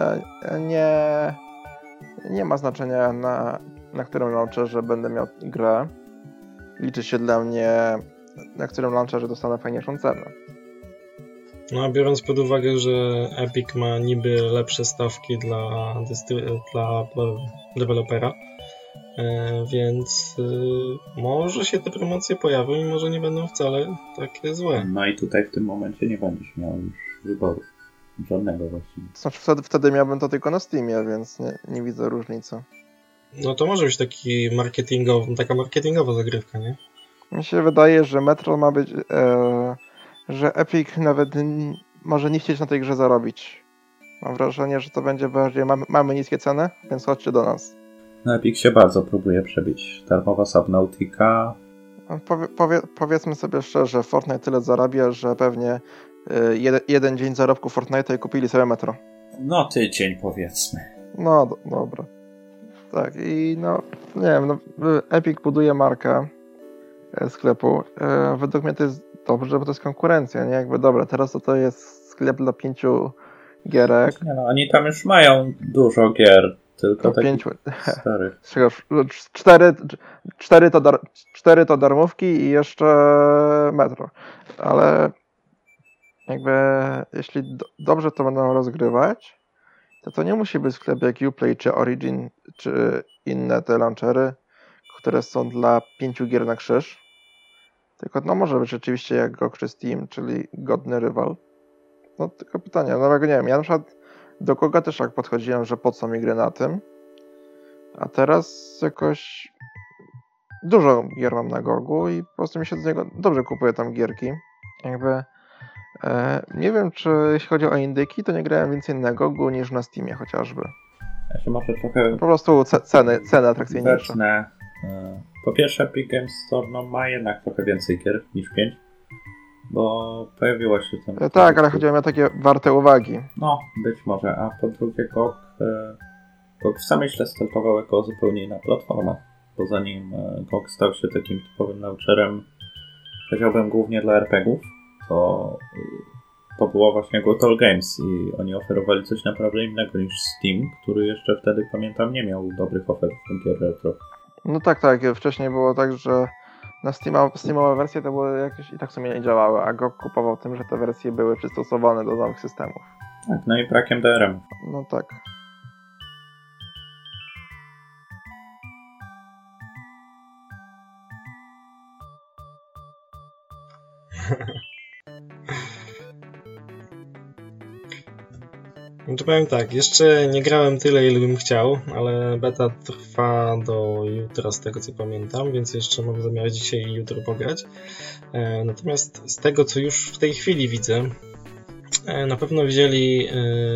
[SPEAKER 2] nie ma znaczenia na którym launcherze będę miał grę. Liczy się dla mnie, na którym launcherze dostanę fajniejszą cenę.
[SPEAKER 3] No a biorąc pod uwagę, że Epic ma niby lepsze stawki dla dewelopera, więc może się te promocje pojawią i może nie będą wcale takie złe.
[SPEAKER 1] No i tutaj w tym momencie nie będziesz miał już wyboru. Żadnego właściwie.
[SPEAKER 2] Znaczy wtedy miałbym to tylko na Steamie, więc nie widzę różnicy.
[SPEAKER 3] No to może być taka marketingowa zagrywka, nie?
[SPEAKER 2] Mi się wydaje, że Metro ma być, że Epic nawet może nie chcieć na tej grze zarobić. Mam wrażenie, że to będzie bardziej mamy niskie ceny, więc chodźcie do nas.
[SPEAKER 1] No Epic się bardzo próbuje przebić. Darmowa Subnautica.
[SPEAKER 2] Powiedzmy sobie szczerze, Fortnite tyle zarabia, że pewnie jeden dzień zarobku Fortnite'a i kupili sobie Metro.
[SPEAKER 1] No tydzień powiedzmy.
[SPEAKER 2] No dobra. Tak i no, nie wiem, no, Epic buduje markę sklepu. Według mnie to jest dobrze, bo to jest konkurencja, nie? Jakby dobra, teraz to jest sklep dla 5 gierek.
[SPEAKER 1] Nie no, oni tam już mają dużo gier, tylko
[SPEAKER 2] No,
[SPEAKER 1] takich starych.
[SPEAKER 2] 4 to darmówki i jeszcze Metro. Ale jakby jeśli dobrze to będą rozgrywać, to nie musi być sklep jak Uplay, czy Origin, czy inne te launchery, które są dla 5 gier na krzyż. Tylko no może być rzeczywiście jak GOG czy Steam, czyli godny rywal. No tylko pytanie, nowego nie wiem. Ja na przykład do GOGa też tak podchodziłem, że po co mi gry na tym. A teraz jakoś dużo gier mam na GOGu i po prostu mi się do niego dobrze kupuje tam gierki. Jakby nie wiem, czy jeśli chodzi o indyki, to nie grałem więcej na GOGu niż na Steamie chociażby.
[SPEAKER 1] Ja się może trochę...
[SPEAKER 2] Po prostu ceny atrakcyjniejsze.
[SPEAKER 1] Zacznę. Po pierwsze Epic Games Store no, ma jednak trochę więcej gier niż 5, bo pojawiło się tam...
[SPEAKER 2] Tak, ale chodziło mi o takie warte uwagi.
[SPEAKER 1] No, być może. A po drugie GOG w samej źle startował jako zupełnie inna platforma, bo zanim GOG stał się takim typowym launcherem, powiedziałbym głównie dla RPG-ów, to było właśnie Good Games i oni oferowali coś naprawdę innego niż Steam, który jeszcze wtedy, pamiętam, nie miał dobrych ofert w gier retro.
[SPEAKER 2] No tak. Wcześniej było tak, że na Steamowe wersje to były jakieś i tak w sumie nie działały, a GOG kupował tym, że te wersje były przystosowane do nowych systemów.
[SPEAKER 1] Tak, no i brakiem DRM.
[SPEAKER 2] No tak.
[SPEAKER 3] No to powiem tak, jeszcze nie grałem tyle, ile bym chciał, ale beta trwa do jutra, z tego co pamiętam, więc jeszcze mam zamiar dzisiaj i jutro pograć. Natomiast z tego, co już w tej chwili widzę, na pewno wzięli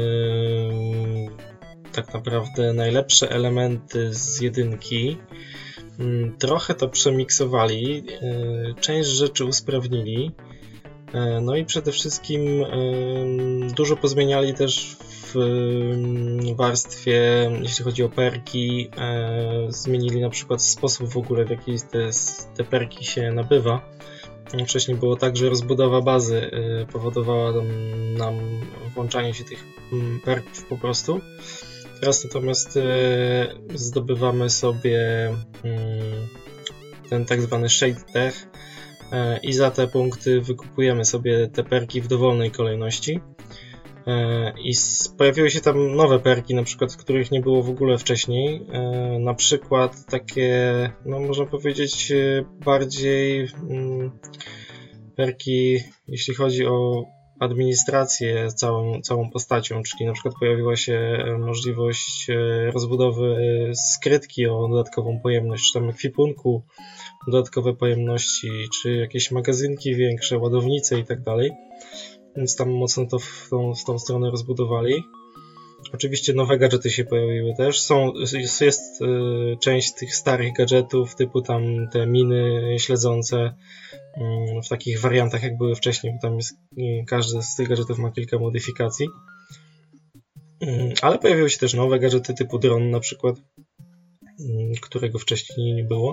[SPEAKER 3] tak naprawdę najlepsze elementy z jedynki, trochę to przemiksowali, część rzeczy usprawnili, no i przede wszystkim dużo pozmieniali też w warstwie, jeśli chodzi o perki. Zmienili na przykład sposób w ogóle, w jaki te perki się nabywa. Wcześniej było tak, że rozbudowa bazy powodowała nam włączanie się tych perków po prostu. Teraz natomiast zdobywamy sobie ten tak zwany Shade Tech i za te punkty wykupujemy sobie te perki w dowolnej kolejności. I pojawiły się tam nowe perki, na przykład, których nie było w ogóle wcześniej. Na przykład takie, no można powiedzieć, bardziej perki, jeśli chodzi o administrację całą postacią, czyli na przykład pojawiła się możliwość rozbudowy skrytki o dodatkową pojemność, czy tam ekwipunku, dodatkowe pojemności, czy jakieś magazynki większe, ładownice i tak dalej. Więc tam mocno to w tą stronę rozbudowali. Oczywiście nowe gadżety się pojawiły też. Jest część tych starych gadżetów, typu tam te miny śledzące w takich wariantach jak były wcześniej, bo tam jest, każdy z tych gadżetów ma kilka modyfikacji. Ale pojawiły się też nowe gadżety typu dron na przykład, którego wcześniej nie było.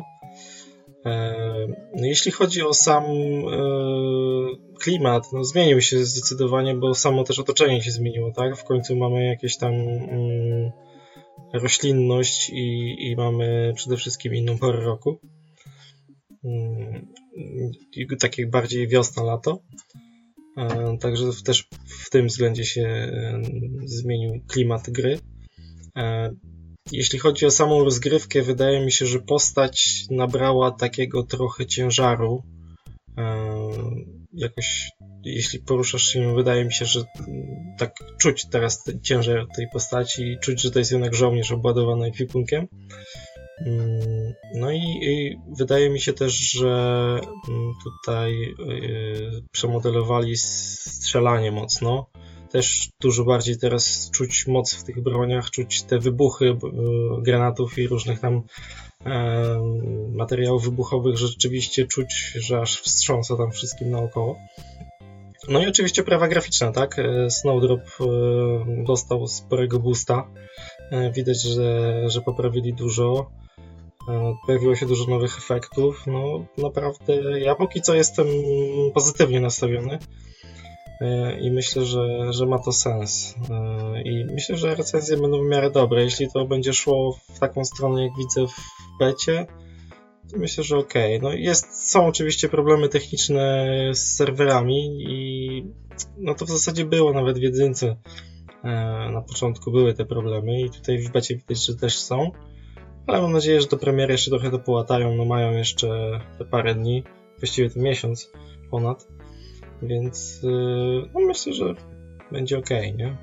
[SPEAKER 3] Jeśli chodzi o sam klimat, no zmienił się zdecydowanie, bo samo też otoczenie się zmieniło, tak? W końcu mamy jakieś tam roślinność i mamy przede wszystkim inną porę roku. Tak jak bardziej wiosna, lato. Także też w tym względzie się zmienił klimat gry. Jeśli chodzi o samą rozgrywkę, wydaje mi się, że postać nabrała takiego trochę ciężaru. Jakoś, jeśli poruszasz się, wydaje mi się, że tak czuć teraz ciężar tej postaci, czuć, że to jest jednak żołnierz obładowany ekwipunkiem. No i wydaje mi się też, że tutaj przemodelowali strzelanie mocno. też dużo bardziej teraz czuć moc w tych broniach, czuć te wybuchy granatów i różnych tam materiałów wybuchowych, że rzeczywiście czuć, że aż wstrząsa tam wszystkim naokoło. No i oczywiście prawa graficzne, tak? Snowdrop dostał sporego boosta. Widać, że poprawili dużo. Pojawiło się dużo nowych efektów. No naprawdę, ja póki co jestem pozytywnie nastawiony i myślę, że ma to sens. I myślę, że recenzje będą w miarę dobre. Jeśli to będzie szło w taką stronę, jak widzę w becie, to myślę, że okej. No są oczywiście problemy techniczne z serwerami i no to w zasadzie było nawet w jedynce. Na początku były te problemy i tutaj w becie widać, że też są. Ale mam nadzieję, że do premiery jeszcze trochę to połatają. No mają jeszcze te parę dni, właściwie ten miesiąc ponad. Więc no myślę, że będzie okej, nie?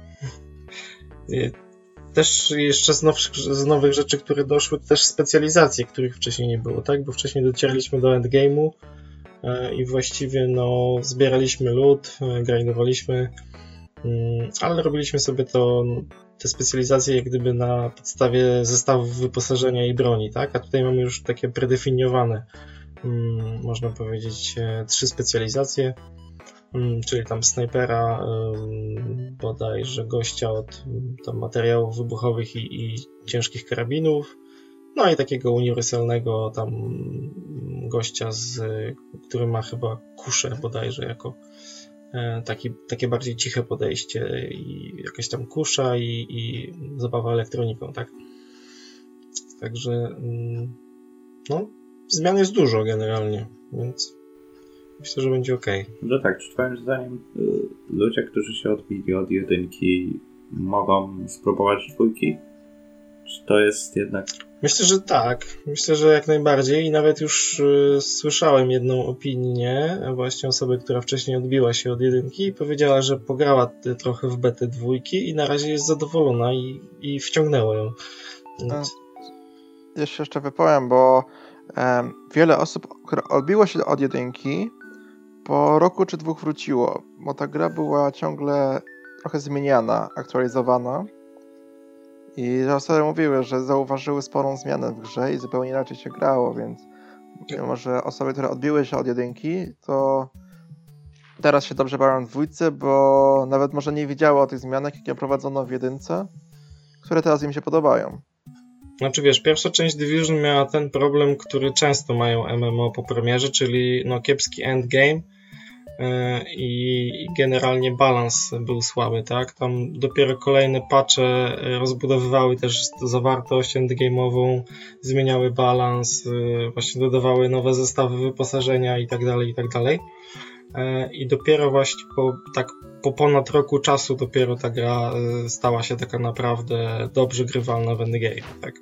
[SPEAKER 3] Też jeszcze z nowych rzeczy, które doszły, to też specjalizacje, których wcześniej nie było, tak? Bo wcześniej docieraliśmy do endgame'u i właściwie no zbieraliśmy loot, grindowaliśmy, ale robiliśmy sobie te specjalizacje jak gdyby na podstawie zestawów wyposażenia i broni, tak? A tutaj mamy już takie predefiniowane, można powiedzieć, 3 specjalizacje, czyli tam snajpera, bodajże gościa od tam materiałów wybuchowych i ciężkich karabinów, no i takiego uniwersalnego tam gościa, który ma chyba kuszę bodajże jako takie bardziej ciche podejście i jakaś tam kusza i zabawa elektroniką, tak? Także no, zmian jest dużo generalnie, więc myślę, że będzie okej.
[SPEAKER 1] No tak, czy twoim zdaniem ludzie, którzy się odbili od jedynki, mogą spróbować dwójki? Czy to jest jednak...
[SPEAKER 3] Myślę, że tak. Myślę, że jak najbardziej i nawet już słyszałem jedną opinię właśnie osoby, która wcześniej odbiła się od jedynki i powiedziała, że pograła trochę w betę dwójki i na razie jest zadowolona i wciągnęło ją. Więc...
[SPEAKER 2] Ja się jeszcze wypowiem, bo wiele osób, które odbiło się od jedynki, po roku czy 2 wróciło, bo ta gra była ciągle trochę zmieniana, aktualizowana i osoby mówiły, że zauważyły sporą zmianę w grze i zupełnie inaczej się grało, więc może osoby, które odbiły się od jedynki, to teraz się dobrze bawią w dwójce, bo nawet może nie wiedziały o tych zmianach, jakie prowadzono w jedynce, które teraz im się podobają.
[SPEAKER 3] Znaczy wiesz, pierwsza część Division miała ten problem, który często mają MMO po premierze, czyli no kiepski endgame i generalnie balans był słaby, tak? Tam dopiero kolejne patche rozbudowywały też zawartość endgame'ową, zmieniały balans, właśnie dodawały nowe zestawy wyposażenia i tak dalej, i tak dalej. I dopiero właśnie po ponad roku czasu dopiero ta gra stała się taka naprawdę dobrze grywalna w endgame, tak?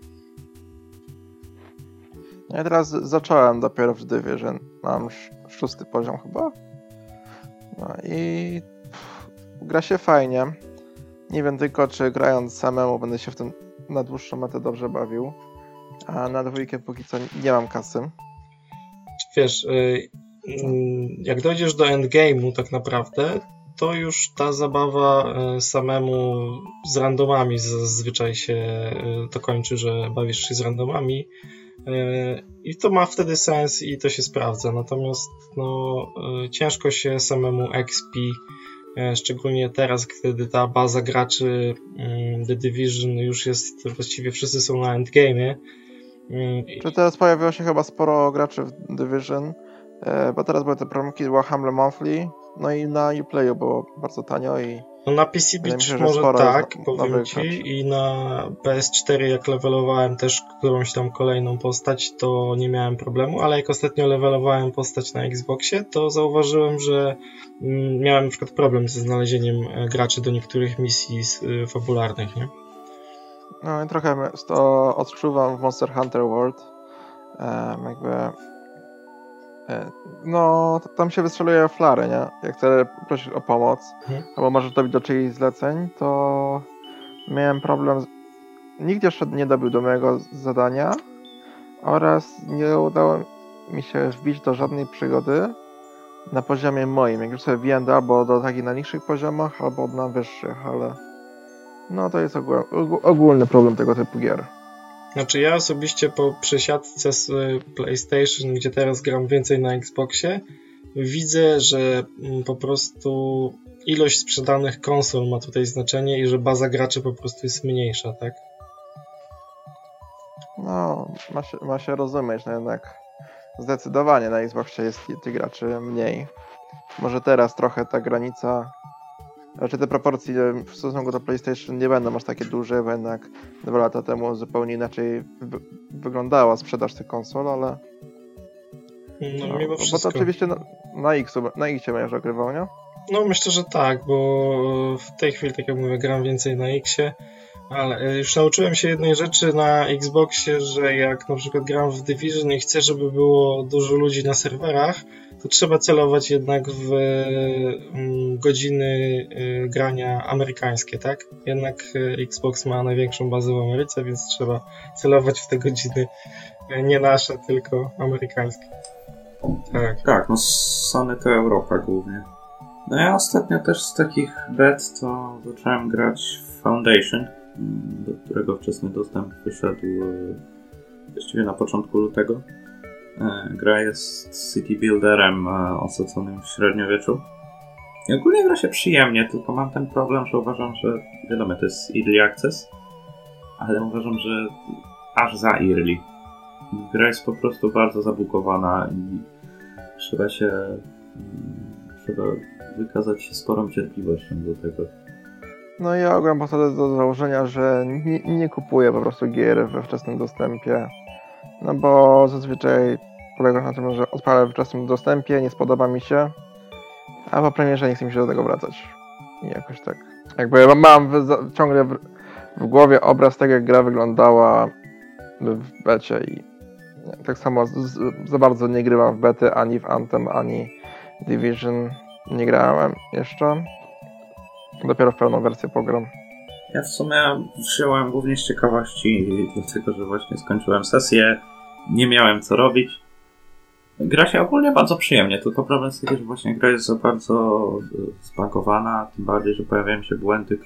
[SPEAKER 2] Ja teraz zacząłem dopiero w Division, mam 6. poziom chyba. No i gra się fajnie. Nie wiem tylko, czy grając samemu będę się w tym na dłuższą metę dobrze bawił. A na dwójkę póki co nie mam kasy.
[SPEAKER 3] Wiesz, jak dojdziesz do endgame'u tak naprawdę, to już ta zabawa samemu z randomami zazwyczaj się to kończy, że bawisz się z randomami i to ma wtedy sens i to się sprawdza. Natomiast no, ciężko się samemu expi, szczególnie teraz, kiedy ta baza graczy The Division już jest, właściwie wszyscy są na endgame'ie.
[SPEAKER 2] Czy teraz pojawiło się chyba sporo graczy w Division, bo teraz były te promki Warhammer Monthly, no i na Uplayu było bardzo tanio i
[SPEAKER 3] no na PC Beach może tak, powiem ci, i na PS4 jak levelowałem też którąś tam kolejną postać, to nie miałem problemu, ale jak ostatnio levelowałem postać na Xboxie, to zauważyłem, że miałem na przykład problem ze znalezieniem graczy do niektórych misji fabularnych, nie?
[SPEAKER 2] No i trochę to odczuwam w Monster Hunter World, jakby no, tam się wystrzeluje flary, nie? Jak chcę prosić o pomoc, albo możesz dobić do czyichś zleceń, to miałem problem. Nikt jeszcze nie dobił do mojego zadania oraz nie udało mi się wbić do żadnej przygody, na poziomie moim. Jak już sobie wbiłem albo do takich na niższych poziomach, albo na wyższych, ale no to jest ogólny problem tego typu gier.
[SPEAKER 3] Znaczy ja osobiście po przesiadce z PlayStation, gdzie teraz gram więcej na Xboxie, widzę, że po prostu ilość sprzedanych konsol ma tutaj znaczenie i że baza graczy po prostu jest mniejsza, tak?
[SPEAKER 2] No, ma się rozumieć, no jednak zdecydowanie na Xboxie jest tych graczy mniej. Może teraz trochę ta granica, raczej te proporcje w stosunku do PlayStation nie będą aż takie duże, bo jednak 2 lata temu zupełnie inaczej wyglądała sprzedaż tych konsol, ale
[SPEAKER 3] No mimo wszystko.
[SPEAKER 2] Bo to oczywiście na Xie będziesz ogrywał, nie?
[SPEAKER 3] No myślę, że tak, bo w tej chwili, tak jak mówię, gram więcej na Xie, ale już nauczyłem się jednej rzeczy na Xboxie, że jak na przykład gram w Division i chcę, żeby było dużo ludzi na serwerach, to trzeba celować jednak w godziny grania amerykańskie, tak? Jednak Xbox ma największą bazę w Ameryce, więc trzeba celować w te godziny nie nasze, tylko amerykańskie.
[SPEAKER 1] Tak, no Sony to Europa głównie. No ja ostatnio też z takich bet to zacząłem grać w Foundation, do którego wczesny dostęp wyszedł właściwie na początku lutego. Gra jest city builderem osadzonym w średniowieczu. I ogólnie gra się przyjemnie, tylko mam ten problem, że uważam, że wiadomo, to jest early access, ale uważam, że aż za early. Gra jest po prostu bardzo zabugowana i trzeba wykazać się sporą cierpliwością do tego.
[SPEAKER 2] No ja ogólnie podchodzę do założenia, że nie kupuję po prostu gier we wczesnym dostępie. No bo zazwyczaj polega na tym, że odpalę w wczesnym dostępie, nie spodoba mi się, a po premierze nie chce mi się do tego wracać. I jakoś tak. Jakby mam ciągle w głowie obraz tego, jak gra wyglądała w becie i tak samo za bardzo nie grywam w bety, ani w Anthem, ani Division nie grałem jeszcze. Dopiero w pełną wersję pogram.
[SPEAKER 1] Ja w sumie wziąłem głównie z ciekawości, dlatego że właśnie skończyłem sesję, nie miałem co robić. Gra się ogólnie bardzo przyjemnie, tylko problem jest taki, że właśnie gra jest za bardzo zbagowana, tym bardziej, że pojawiają się błędy,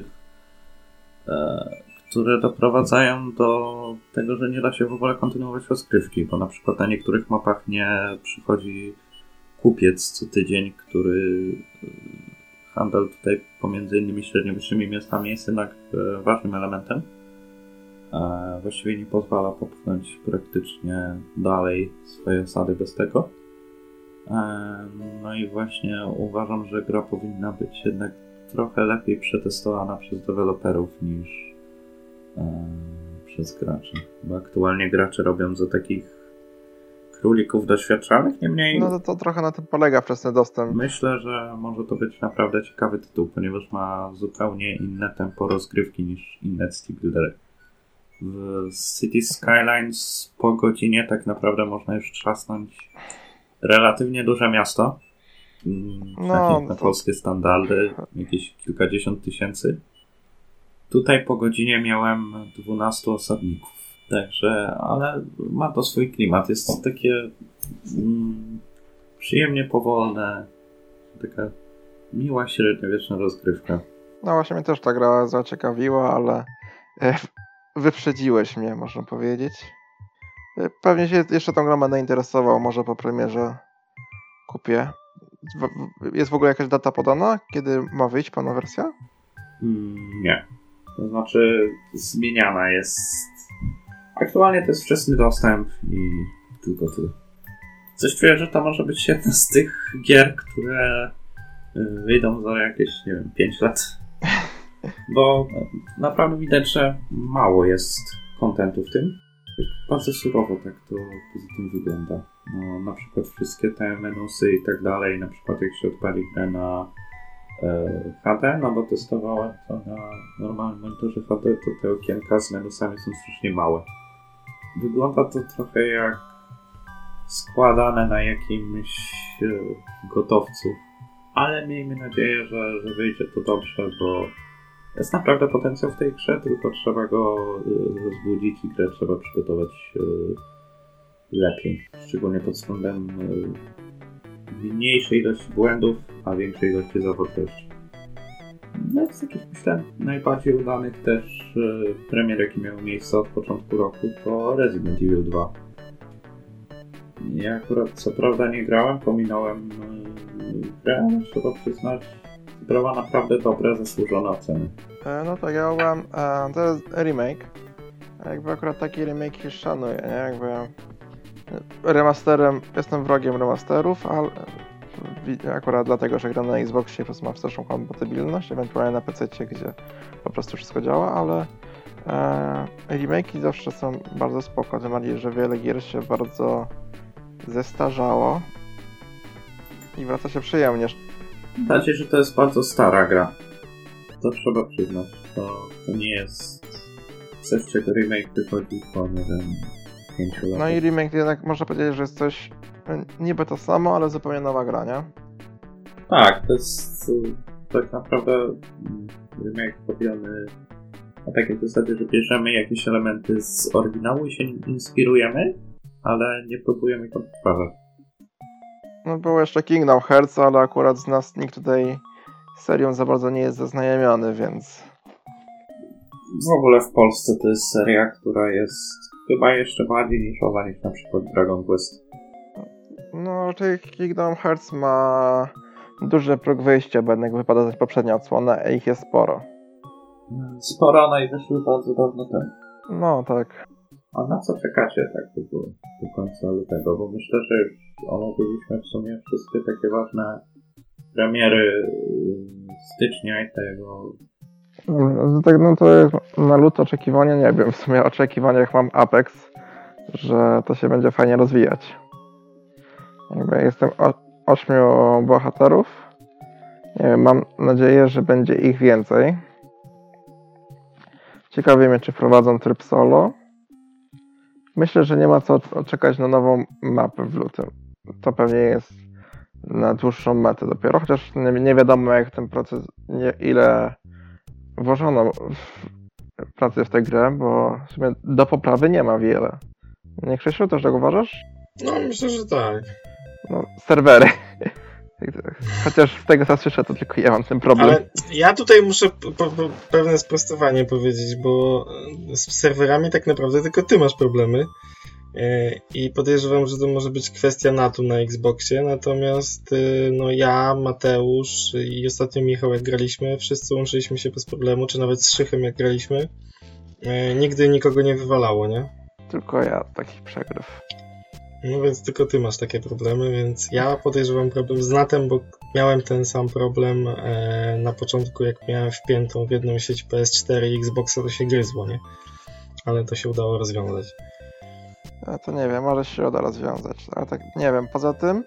[SPEAKER 1] które doprowadzają do tego, że nie da się w ogóle kontynuować rozgrywki, bo na przykład na niektórych mapach nie przychodzi kupiec co tydzień, który handel tutaj pomiędzy innymi średniowyższymi miastami jest jednak ważnym elementem. Właściwie nie pozwala popchnąć praktycznie dalej swoje osady bez tego. No i właśnie uważam, że gra powinna być jednak trochę lepiej przetestowana przez deweloperów niż przez graczy. Bo aktualnie gracze robią za takich królików doświadczalnych, niemniej...
[SPEAKER 2] No to trochę na tym polega wczesny dostęp.
[SPEAKER 1] Myślę, że może to być naprawdę ciekawy tytuł, ponieważ ma zupełnie inne tempo rozgrywki niż inne city buildery. W City Skylines po godzinie tak naprawdę można już trzasnąć relatywnie duże miasto. Na polskie standardy, jakieś kilkadziesiąt tysięcy. Tutaj po godzinie miałem 12 osadników. Także, ale ma to swój klimat. Jest takie przyjemnie powolne, taka miła średniowieczna rozgrywka.
[SPEAKER 2] No właśnie mnie też ta gra zaciekawiła, ale wyprzedziłeś mnie, można powiedzieć. Pewnie się jeszcze tą grą będę interesował, może po premierze kupię. Jest w ogóle jakaś data podana, kiedy ma wyjść pełna wersja?
[SPEAKER 1] Nie. To znaczy zmieniana jest. Aktualnie to jest wczesny dostęp i tylko tyle. Coś czuję, że to może być jedna z tych gier, które wyjdą za jakieś, nie wiem, 5 lat. Bo naprawdę widać, że mało jest kontentu w tym. Bardzo surowo tak to poza tym wygląda. No, na przykład wszystkie te menusy i tak dalej, na przykład jak się odpali grę na HD, no bo testowałem to na normalnym monitorze HD, to te okienka z menusami są strasznie małe. Wygląda to trochę jak składane na jakimś gotowcu, ale miejmy nadzieję, że wyjdzie to dobrze, bo jest naprawdę potencjał w tej grze, tylko trzeba go rozbudzić i grę trzeba przygotować lepiej, szczególnie pod względem mniejszej ilości błędów, a większej ilości zawartości. No z takich, myślę, najbardziej udanych też premier, jaki miał miejsce od początku roku, to Resident Evil 2. Ja akurat co prawda nie grałem, pominąłem grę, ale trzeba przyznać, sprawa naprawdę dobra, zasłużona oceny.
[SPEAKER 2] No to ja uważam, to jest remake. Jakby akurat taki remake się szanuje, nie? Jakby remasterem, jestem wrogiem remasterów, ale akurat dlatego, że gram na Xboxie, po prostu mam wsteczną kompatybilność, ewentualnie na PC-cie, gdzie po prostu wszystko działa, ale remake'i zawsze są bardzo spoko, tym bardziej, że wiele gier się bardzo zestarzało i wraca się przyjemnie.
[SPEAKER 1] Znaczy, że to jest bardzo stara gra. To trzeba przyznać. To nie jest coś, czego remake wychodzi po, nie wiem, 5 latach.
[SPEAKER 2] No i remake jednak można powiedzieć, że jest coś niby to samo, ale zupełnie nowa gra, nie?
[SPEAKER 1] Tak, to jest tak naprawdę remake powielony na takiej zasadzie, że bierzemy jakieś elementy z oryginału i się nim inspirujemy, ale nie próbujemy ich odtwarzać.
[SPEAKER 2] No było jeszcze Kingdom Hearts, ale akurat z nas nikt tutaj z serią za bardzo nie jest zaznajomiony, więc...
[SPEAKER 1] W ogóle w Polsce to jest seria, która jest chyba jeszcze bardziej niszowa niż na przykład Dragon Quest.
[SPEAKER 2] No, czyli Kingdom Hearts ma duży próg wyjścia, bo jednak wypada z poprzednia odsłona, a ich jest sporo.
[SPEAKER 1] Sporo, one i wyszły bardzo dawno temu.
[SPEAKER 2] No, tak.
[SPEAKER 1] A na co czekacie tak do końca lutego? Bo myślę, że już omówiliśmy w sumie wszystkie takie ważne premiery stycznia i tego.
[SPEAKER 2] Tak, no to jest na luto oczekiwania, nie wiem, w sumie oczekiwaniach mam Apex, że to się będzie fajnie rozwijać. Jakby jestem 8 bohaterów. Nie wiem, mam nadzieję, że będzie ich więcej. Ciekawie mnie, czy wprowadzą tryb solo. Myślę, że nie ma co czekać na nową mapę w lutym. To pewnie jest na dłuższą metę dopiero, chociaż nie wiadomo jak ten proces, ile włożono pracy w tę grę, bo w sumie do poprawy nie ma wiele. Nie, Krzysiu, też tak uważasz?
[SPEAKER 3] No, myślę, że tak.
[SPEAKER 2] No, serwery. Chociaż z tego co słyszę, to tylko ja mam ten problem.
[SPEAKER 3] Ale ja tutaj muszę pewne sprostowanie powiedzieć, bo z serwerami tak naprawdę tylko ty masz problemy. I podejrzewam, że to może być kwestia NAT-u na Xboxie, natomiast no ja, Mateusz i ostatnio Michał jak graliśmy, wszyscy łączyliśmy się bez problemu, czy nawet z Szychem jak graliśmy. Nigdy nikogo nie wywalało, nie?
[SPEAKER 2] Tylko ja takich przegryw.
[SPEAKER 3] No więc tylko ty masz takie problemy, więc ja podejrzewam problem z NAT-em, bo miałem ten sam problem na początku, jak miałem wpiętą w jedną sieć PS4 i Xboxa, to się gryzło, nie? Ale to się udało rozwiązać.
[SPEAKER 2] Ja to nie wiem, może się uda rozwiązać, ale tak nie wiem. Poza tym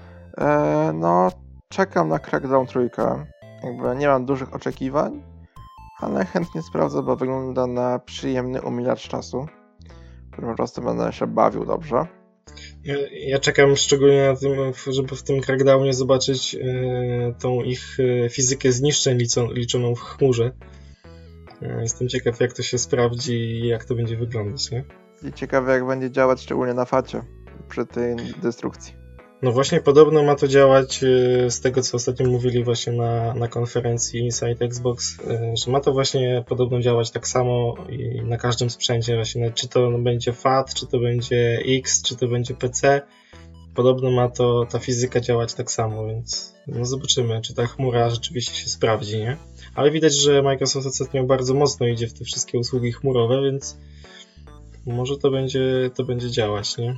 [SPEAKER 2] no czekam na Crackdown 3. Jakby nie mam dużych oczekiwań, ale chętnie sprawdzę, bo wygląda na przyjemny umilacz czasu, którym po prostu będę się bawił dobrze.
[SPEAKER 3] Ja czekam szczególnie na tym, żeby w tym Crackdownie zobaczyć tą ich fizykę zniszczeń liczoną w chmurze. Jestem ciekaw, jak to się sprawdzi i jak to będzie wyglądać, nie?
[SPEAKER 2] I ciekawe, jak będzie działać szczególnie na facie przy tej destrukcji.
[SPEAKER 3] No właśnie, podobno ma to działać, z tego co ostatnio mówili właśnie na konferencji Inside Xbox, że ma to właśnie podobno działać tak samo i na każdym sprzęcie właśnie, czy to będzie FAT, czy to będzie X, czy to będzie PC. Podobno ma to ta fizyka działać tak samo, więc no zobaczymy, czy ta chmura rzeczywiście się sprawdzi, nie? Ale widać, że Microsoft ostatnio bardzo mocno idzie w te wszystkie usługi chmurowe, więc może to będzie działać, nie?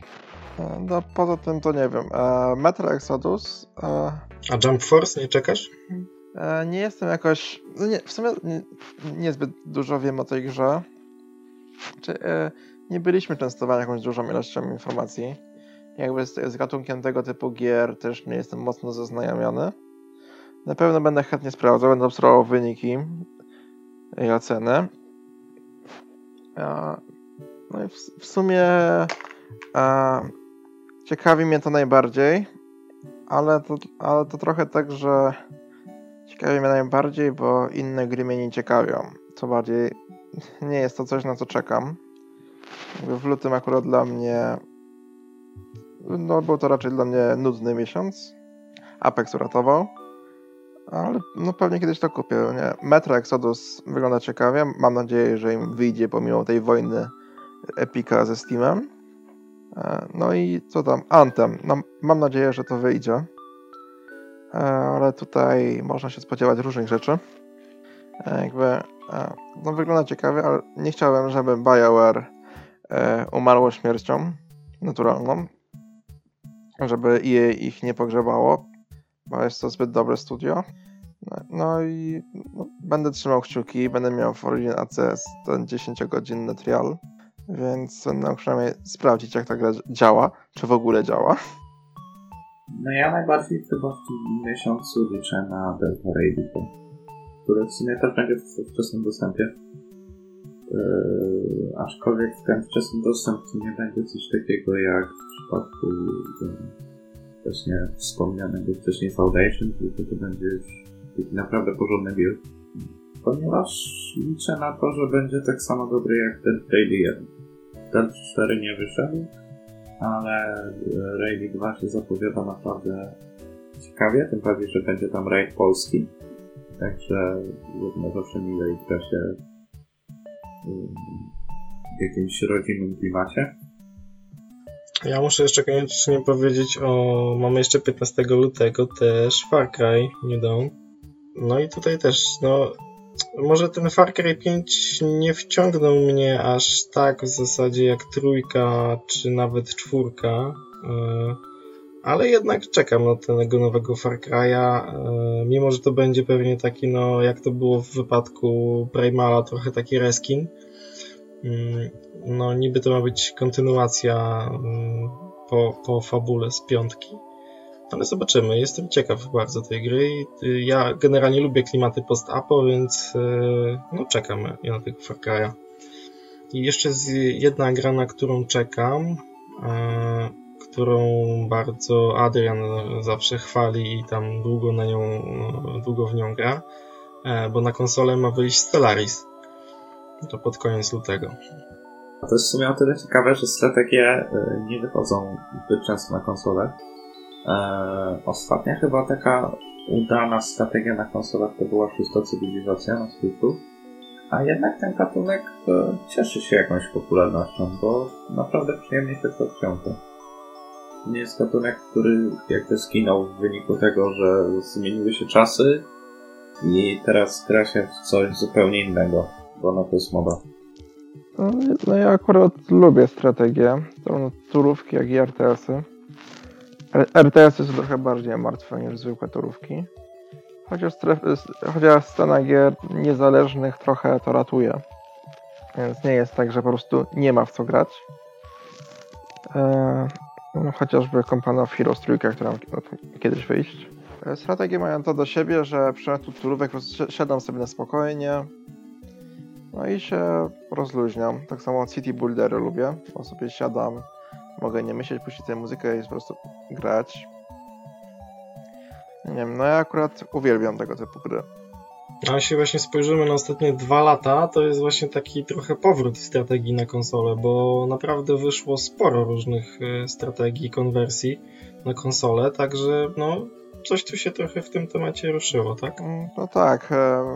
[SPEAKER 2] No poza tym to nie wiem. Metro Exodus.
[SPEAKER 3] A Jump Force nie czekasz?
[SPEAKER 2] Nie jestem jakoś. No nie, w sumie niezbyt dużo wiem o tej grze. Nie byliśmy częstowani jakąś dużą ilością informacji. Jakby z gatunkiem tego typu gier też nie jestem mocno zaznajomiony. Na pewno będę chętnie sprawdzał, będę obserwował wyniki i oceny. No i w sumie ciekawi mnie to najbardziej, ale to trochę tak, że ciekawi mnie najbardziej, bo inne gry mnie nie ciekawią. Co bardziej, nie jest to coś, na co czekam. W lutym akurat dla mnie no był to raczej dla mnie nudny miesiąc. Apex uratował. Ale no pewnie kiedyś to kupię, nie? Metro Exodus wygląda ciekawie. Mam nadzieję, że im wyjdzie pomimo tej wojny Epica ze Steamem. No i co tam? Anthem. No, mam nadzieję, że to wyjdzie. Ale tutaj można się spodziewać różnych rzeczy. No wygląda ciekawie, ale nie chciałem, żeby BioWare umarło śmiercią naturalną. Żeby EA ich nie pogrzebało. Bo jest to zbyt dobre studio. No i będę trzymał kciuki, będę miał w Origin Access ten 10-godzinny trial, więc będę przynajmniej sprawdzić, jak ta gra działa, czy w ogóle działa.
[SPEAKER 1] No ja najbardziej chyba w tym miesiącu liczę na Delta Raidiko, które w sumie też będzie w wczesnym dostępie. Aczkolwiek w tym wczesnym dostępie nie będzie coś takiego jak w przypadku właśnie wspomnianego wcześniej Foundation, tylko to będzie już taki naprawdę porządny build. Ponieważ liczę na to, że będzie tak samo dobry jak ten Rally 1. Ten 4 nie wyszedł, ale Rally 2 się zapowiada naprawdę ciekawie, tym bardziej, że będzie tam raid polski. Także równo zawsze mile i gra się w jakimś rodzinnym klimacie.
[SPEAKER 3] Ja muszę jeszcze koniecznie powiedzieć mamy jeszcze 15 lutego też Far Cry New Dawn. No i tutaj też, może ten Far Cry 5 nie wciągnął mnie aż tak w zasadzie jak 3 czy nawet 4, ale jednak czekam na tego nowego Far Cry'a, mimo że to będzie pewnie taki, jak to było w wypadku Primala, trochę taki reskin. Niby to ma być kontynuacja po fabule z 5, ale zobaczymy. Jestem ciekaw bardzo tej gry. Ja generalnie lubię klimaty post-apo, więc czekam na tego Far Cry'a. I jeszcze jedna gra, na którą czekam, którą bardzo Adrian zawsze chwali i tam długo w nią gra, bo na konsolę ma wyjść Stellaris. To pod koniec lutego.
[SPEAKER 1] To jest w sumie o tyle ciekawe, że strategie nie wychodzą zbyt często na konsolę. Ostatnia chyba taka udana strategia na konsolach to była 6. Cywilizacja na Switchu. A jednak ten gatunek cieszy się jakąś popularnością, bo naprawdę przyjemnie się to wciąga. Nie jest gatunek, który jakby zginął w wyniku tego, że zmieniły się czasy i teraz gra się w coś zupełnie innego, bo to jest moda.
[SPEAKER 2] No ja akurat lubię strategię, zarówno turówki, jak i RTS-y. RTS-y są trochę bardziej martwe niż zwykłe turówki. Chociaż scena gier niezależnych trochę to ratuje. Więc nie jest tak, że po prostu nie ma w co grać. Chociażby Company of Heroes 3, która ma kiedyś wyjść. Strategie mają to do siebie, że przy turówek po prostu siadam sobie na spokojnie. No i się rozluźniam. Tak samo City Buildery lubię, bo sobie siadam, mogę nie myśleć, puścić tę muzykę i po prostu grać. Nie wiem, ja akurat uwielbiam tego typu gry.
[SPEAKER 3] A jeśli właśnie spojrzymy na ostatnie 2 lata, to jest właśnie taki trochę powrót strategii na konsolę, bo naprawdę wyszło sporo różnych strategii, konwersji na konsolę, także coś tu się trochę w tym temacie ruszyło, tak?
[SPEAKER 2] No tak,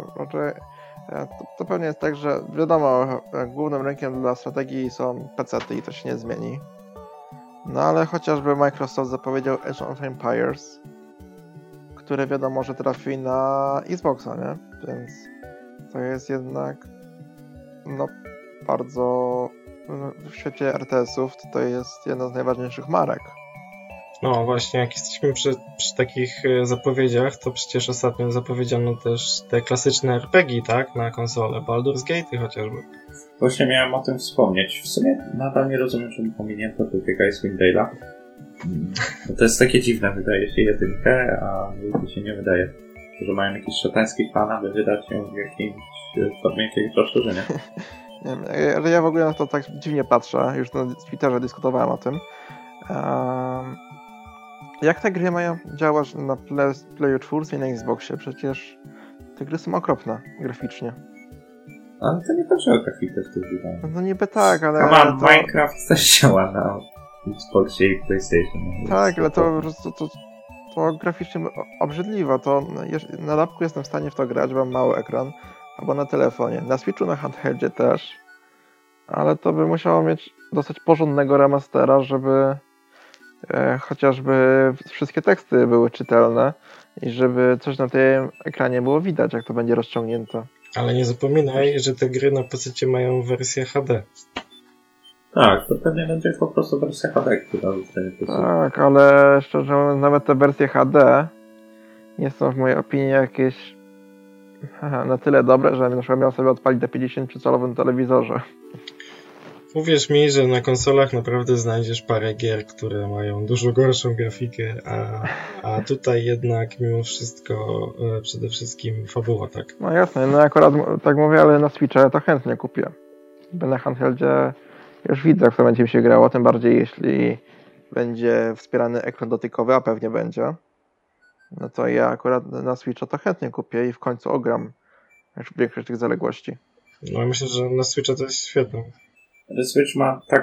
[SPEAKER 2] to pewnie jest tak, że wiadomo, głównym rynkiem dla strategii są PC-ty i to się nie zmieni. No ale chociażby Microsoft zapowiedział Age of Empires, który wiadomo, że trafi na Xboxa, nie? Więc to jest jednak bardzo w świecie RTS-ów to jest jedna z najważniejszych marek.
[SPEAKER 3] No właśnie, jak jesteśmy przy takich zapowiedziach, to przecież ostatnio zapowiedziano też te klasyczne RPG, tak? Na konsolę, Baldur's Gate chociażby.
[SPEAKER 1] Właśnie miałem o tym wspomnieć. W sumie nadal nie rozumiem, czemu pominięto tylko Icewind Dale'a. To jest takie dziwne, wydaje się jedynkę, a dwójki się nie wydaje. Że mają jakiś szatański plan, aby wydać ją w jakimś formie jakiegoś rozszerzenia.
[SPEAKER 2] Nie wiem, ale ja w ogóle na to tak dziwnie patrzę. Już na Twitterze dyskutowałem o tym. Jak te gry mają działać na Playu 4 i na Xboxie? Przecież te gry są okropne graficznie.
[SPEAKER 1] Ale to nie chodzi o grafikę w tych grach.
[SPEAKER 2] No niby tak, ale...
[SPEAKER 1] Minecraft też działa na Xboxie i PlayStation.
[SPEAKER 2] Tak, ale to po prostu to graficznie obrzydliwe. To na lapku jestem w stanie w to grać, mam mały ekran, albo na telefonie. Na Switchu, na handheldzie też, ale to by musiało mieć dosyć porządnego remastera, żeby chociażby wszystkie teksty były czytelne i żeby coś na tym ekranie było widać, jak to będzie rozciągnięte.
[SPEAKER 3] Ale nie zapominaj, że te gry na PC mają wersję HD.
[SPEAKER 1] Tak, to pewnie będzie po prostu wersja HD, która zostanie po prostu.
[SPEAKER 2] Tak, ale szczerze mówiąc, nawet te wersje HD nie są w mojej opinii jakieś na tyle dobre, że na przykład miał sobie odpalić na 50-calowym telewizorze.
[SPEAKER 3] Uwierz mi, że na konsolach naprawdę znajdziesz parę gier, które mają dużo gorszą grafikę, a tutaj jednak mimo wszystko przede wszystkim fabuła, tak?
[SPEAKER 2] No jasne, no akurat tak mówię, ale na Switcha to chętnie kupię. Bo na handheldzie już widzę, jak to będzie mi się grało, tym bardziej jeśli będzie wspierany ekran dotykowy, a pewnie będzie. No to ja akurat na Switcha to chętnie kupię i w końcu ogram większość tych zaległości.
[SPEAKER 3] No myślę, że na Switcha to jest świetne.
[SPEAKER 1] Ale Switch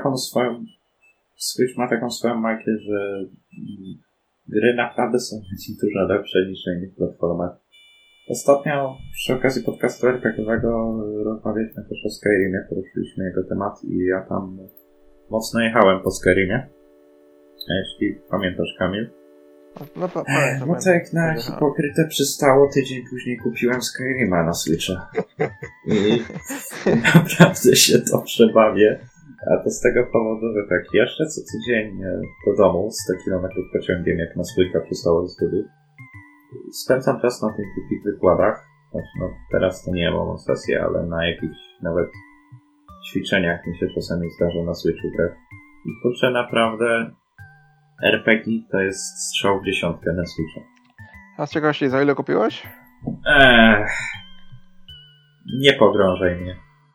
[SPEAKER 1] ma taką swoją markę, że gry naprawdę są dużo lepsze niż na innych platformach. Ostatnio przy okazji podcastu RPG-owego rozmawialiśmy też o Skyrimie, poruszyliśmy jego temat i ja tam mocno jechałem po Skyrimie. Jeśli pamiętasz, Kamil.
[SPEAKER 2] No to
[SPEAKER 1] tak na hipokrytę przystało, tydzień później kupiłem Skyrima na Switcha. I naprawdę się dobrze bawię. A to z tego powodu, że tak, jeszcze co tydzień do domu 100 km pociągiem, jak na Switcha przystało ze studiów. Spędzam czas na tych głupich wykładach. Znaczy, no, teraz to nie mam sesję, ale na jakichś nawet ćwiczeniach mi się czasami zdarza na Switchu grać. I kurczę, naprawdę RPG to jest strzał w dziesiątkę na Switcha.
[SPEAKER 2] A z ciekawości, za ile kupiłeś?
[SPEAKER 1] Nie pogrążaj mnie.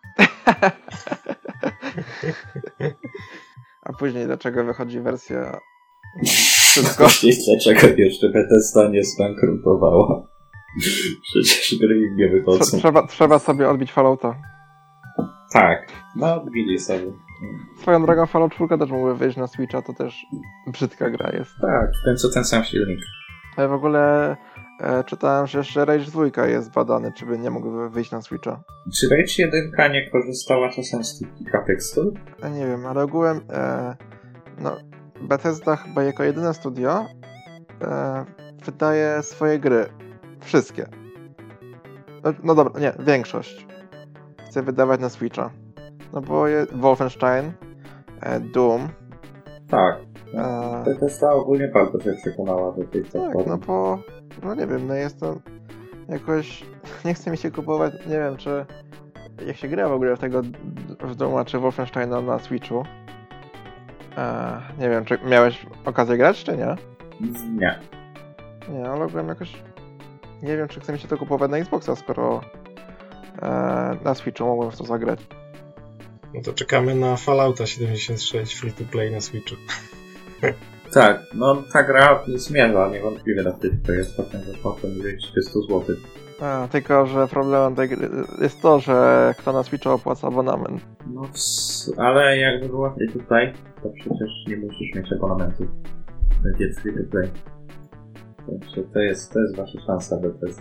[SPEAKER 2] A później dlaczego wychodzi wersja
[SPEAKER 1] Wszystko. Dlaczego jeszcze Bethesda nie zbankrutowała? Przecież gry im nie wychodzą.
[SPEAKER 2] Trzeba sobie odbić Fallouta.
[SPEAKER 1] Tak, no odbili sobie.
[SPEAKER 2] Swoją drogą Fallout 4 też mógłby wyjść na Switcha, to też brzydka gra jest.
[SPEAKER 1] Tak, w końcu ten sam silnik.
[SPEAKER 2] Ale w ogóle czytałem, że jeszcze Rage 2 jest badany, czy by nie mógłby wyjść na Switcha.
[SPEAKER 1] Czy Rage 1 nie korzystała czasem z kilka tekstur?
[SPEAKER 2] Nie wiem, ale ogółem Bethesda chyba jako jedyne studio wydaje swoje gry. Wszystkie. No dobra, nie, większość. Chce wydawać na Switcha. No bo Wolfenstein, Doom.
[SPEAKER 1] Tak. Bethesda ogólnie bardzo się przekonała do tej platformy.
[SPEAKER 2] Tak, no bo, no nie wiem, no jestem jakoś, nie chce mi się kupować, nie wiem czy, jak się gra w ogóle w Dooma czy Wolfensteina na Switchu. Nie wiem, czy miałeś okazję grać, czy nie?
[SPEAKER 1] Nie.
[SPEAKER 2] Nie, ale byłem jakoś, nie wiem, czy chce mi się to kupować na Xboxa, skoro na Switchu mogłem w to zagrać.
[SPEAKER 3] No to czekamy na Fallouta 76 free to play na Switchu.
[SPEAKER 1] Tak, no ta gra zmierza niewątpliwie na tych, to jest potem zapłatą 300 zł.
[SPEAKER 2] Tylko, że problemem tej gry jest to, że kto na Switcha opłaca abonament.
[SPEAKER 1] No, ale jakby była free to play, to przecież nie musisz mieć abonamentu. Będzie free to play. Także to jest wasza szansa, by to jest.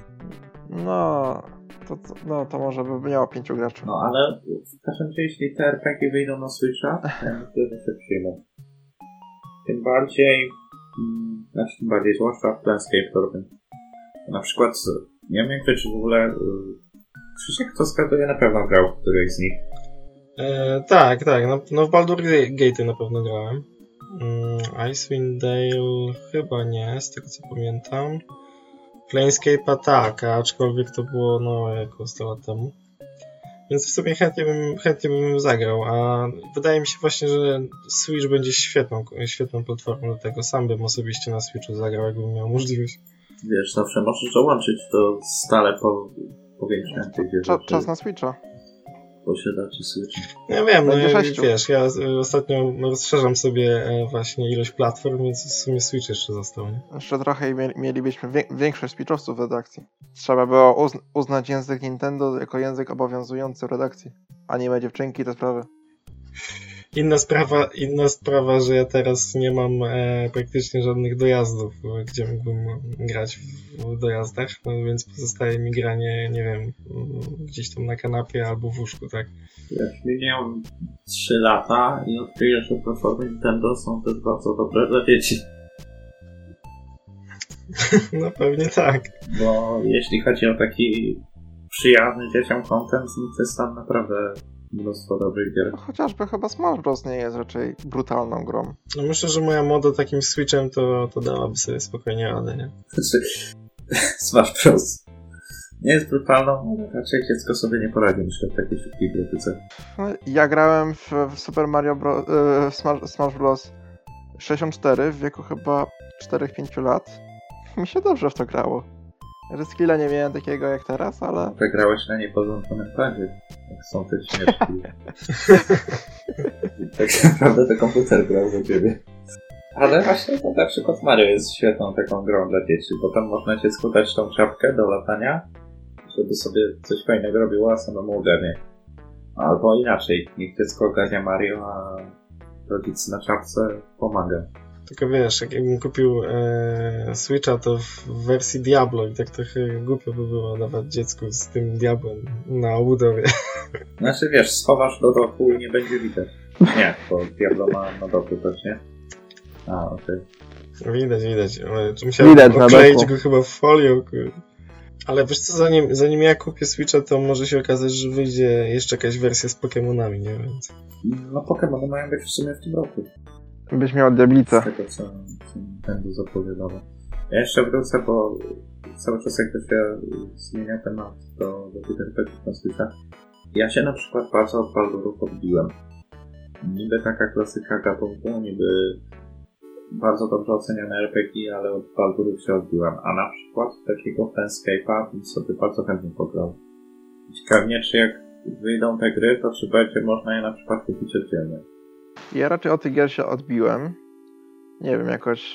[SPEAKER 2] To może by miało 5 graczy.
[SPEAKER 1] No, ale w każdym razie, jeśli te RPG wyjdą na Switcha, to ja myślę, że się przyjmą. Tym bardziej, zwłaszcza w Planescape Torment. Na przykład, nie wiem, czy w ogóle Krzysiek to zgaduje, na pewno grał w którejś z nich.
[SPEAKER 3] Tak, no w Baldur Gate'y na pewno grałem. Icewind Dale chyba nie, z tego co pamiętam. Planescape'a tak, aczkolwiek to było jako 100 lat temu. Więc w sumie chętnie bym zagrał, a wydaje mi się właśnie, że Switch będzie świetną platformą do tego. Sam bym osobiście na Switchu zagrał, jakbym miał możliwość.
[SPEAKER 1] Wiesz, zawsze możesz dołączyć to stale powiększającej
[SPEAKER 2] Czas na Switcha.
[SPEAKER 1] Posiadaczy Switcha.
[SPEAKER 3] Ja wiem, wiesz, ja ostatnio rozszerzam sobie właśnie ilość platform, więc w sumie Switch jeszcze został, nie?
[SPEAKER 2] Jeszcze trochę i mielibyśmy większość Switchowców w redakcji. Trzeba było uznać język Nintendo jako język obowiązujący w redakcji, a nie ma dziewczynki te sprawy.
[SPEAKER 3] Inna sprawa, że ja teraz nie mam praktycznie żadnych dojazdów, gdzie mógłbym grać w dojazdach, no więc pozostaje mi granie, nie wiem, gdzieś tam na kanapie albo w łóżku, tak?
[SPEAKER 1] Jak miałem 3 lata i odkryję, że platformy Nintendo są też bardzo dobre dla dzieci.
[SPEAKER 3] No pewnie tak.
[SPEAKER 1] Bo jeśli chodzi o taki przyjazny dzieciom content, to jest tam naprawdę mnóstwo dobrych gier.
[SPEAKER 2] Chociażby chyba Smash Bros. Nie jest raczej brutalną grą.
[SPEAKER 3] No myślę, że moja moda takim Switchem to dałaby sobie spokojnie radę, nie?
[SPEAKER 1] Smash Bros. Nie jest brutalną, ale raczej dziecko sobie nie poradzi, myślę, w takiej szybkiej grafyce.
[SPEAKER 2] Ja grałem w Super Mario Bros. Smash Bros. 64 w wieku chyba 4-5 lat. Mi się dobrze w to grało. Że skilla nie miałem takiego jak teraz, ale...
[SPEAKER 1] Grałeś na niepodłączonym padzie, jak są te śmierci. Tak naprawdę to komputer grał za ciebie. Ale właśnie to na przykład Mario jest świetną taką grą dla dzieci, bo tam można dziecku dać tą czapkę do latania, żeby sobie coś fajnego robiło, a samemu ogarnie. Albo inaczej, niech dziecko ogarnia Mario, a rodzic na czapce pomaga.
[SPEAKER 3] Tylko wiesz, jakbym kupił Switcha, to w wersji Diablo i tak trochę głupio by było dawać dziecku z tym Diablem na obudowie.
[SPEAKER 1] Znaczy wiesz, schowasz do doku i nie będzie widać. Nie, bo Diablo ma na doku też, nie? A, okej.
[SPEAKER 3] Widać. Ale musiałem okleić go chyba w folią. Ale wiesz co, zanim ja kupię Switcha, to może się okazać, że wyjdzie jeszcze jakaś wersja z Pokemonami, nie wiem.
[SPEAKER 1] No Pokemony mają być w sumie w tym roku.
[SPEAKER 2] Byś miał Diablicę.
[SPEAKER 1] Z tego, co Nintendo zapowiadało. Ja jeszcze wrócę, bo cały czas jakby się zmienia temat do tych RPGów na Switcha. Ja się na przykład bardzo od Baldurów odbiłem. Niby taka klasyka gatunku, niby bardzo dobrze oceniane RPG, ale od Baldurów się odbiłem. A na przykład takiego Planescape'a bym sobie bardzo chętnie pograł. Ciekawe mnie, czy jak wyjdą te gry, to czy będzie można je na przykład kupić oddzielnie.
[SPEAKER 2] Ja raczej od tych gier się odbiłem. Nie wiem, jakoś...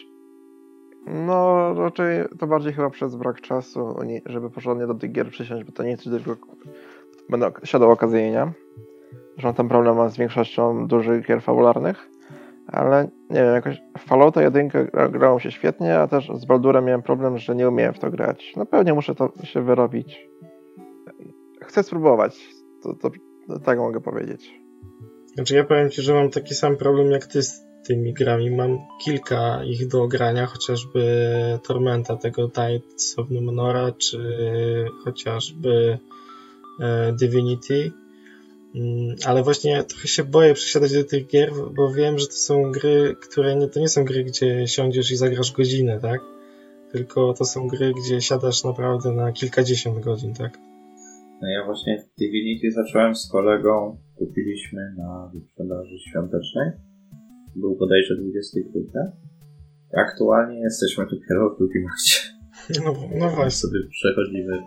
[SPEAKER 2] No, raczej to bardziej chyba przez brak czasu, żeby porządnie do tych gier przysiąść, bo to nie jest tylko... Będę siadał okazyjnie. Że mam tam problem z większością dużych gier fabularnych. Ale nie wiem, jakoś Fallouta 1 grało się świetnie, a też z Baldurem miałem problem, że nie umiałem w to grać. No pewnie muszę to się wyrobić. Chcę spróbować. To tak mogę powiedzieć.
[SPEAKER 3] Znaczy ja powiem Ci, że mam taki sam problem jak Ty z tymi grami. Mam kilka ich do grania, chociażby Tormenta, tego Tides of Numenora, czy chociażby Divinity. Ale właśnie trochę się boję przesiadać do tych gier, bo wiem, że to są gry, to nie są gry, gdzie siądziesz i zagrasz godzinę, tak? Tylko to są gry, gdzie siadasz naprawdę na kilkadziesiąt godzin, tak?
[SPEAKER 1] No ja właśnie Divinity zacząłem z kolegą, kupiliśmy na wyprzedaży świątecznej. Był bodajże 20 grudnia. Aktualnie jesteśmy dopiero w drugim akcie.
[SPEAKER 3] No właśnie.
[SPEAKER 1] Sobie przechodzimy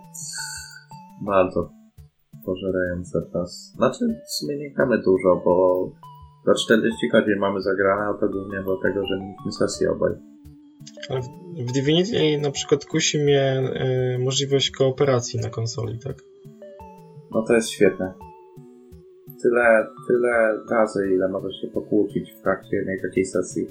[SPEAKER 1] bardzo pożerające czas. Znaczy w sumie nie gramy dużo, bo za 40 godzin mamy zagrane, a to głównie dlatego, że mieliśmy sesję obaj.
[SPEAKER 3] Ale w Divinity na przykład kusi mnie możliwość kooperacji na konsoli, tak?
[SPEAKER 1] No to jest świetne. Tyle razy, ile możesz się pokłócić w trakcie jednej takiej sesji.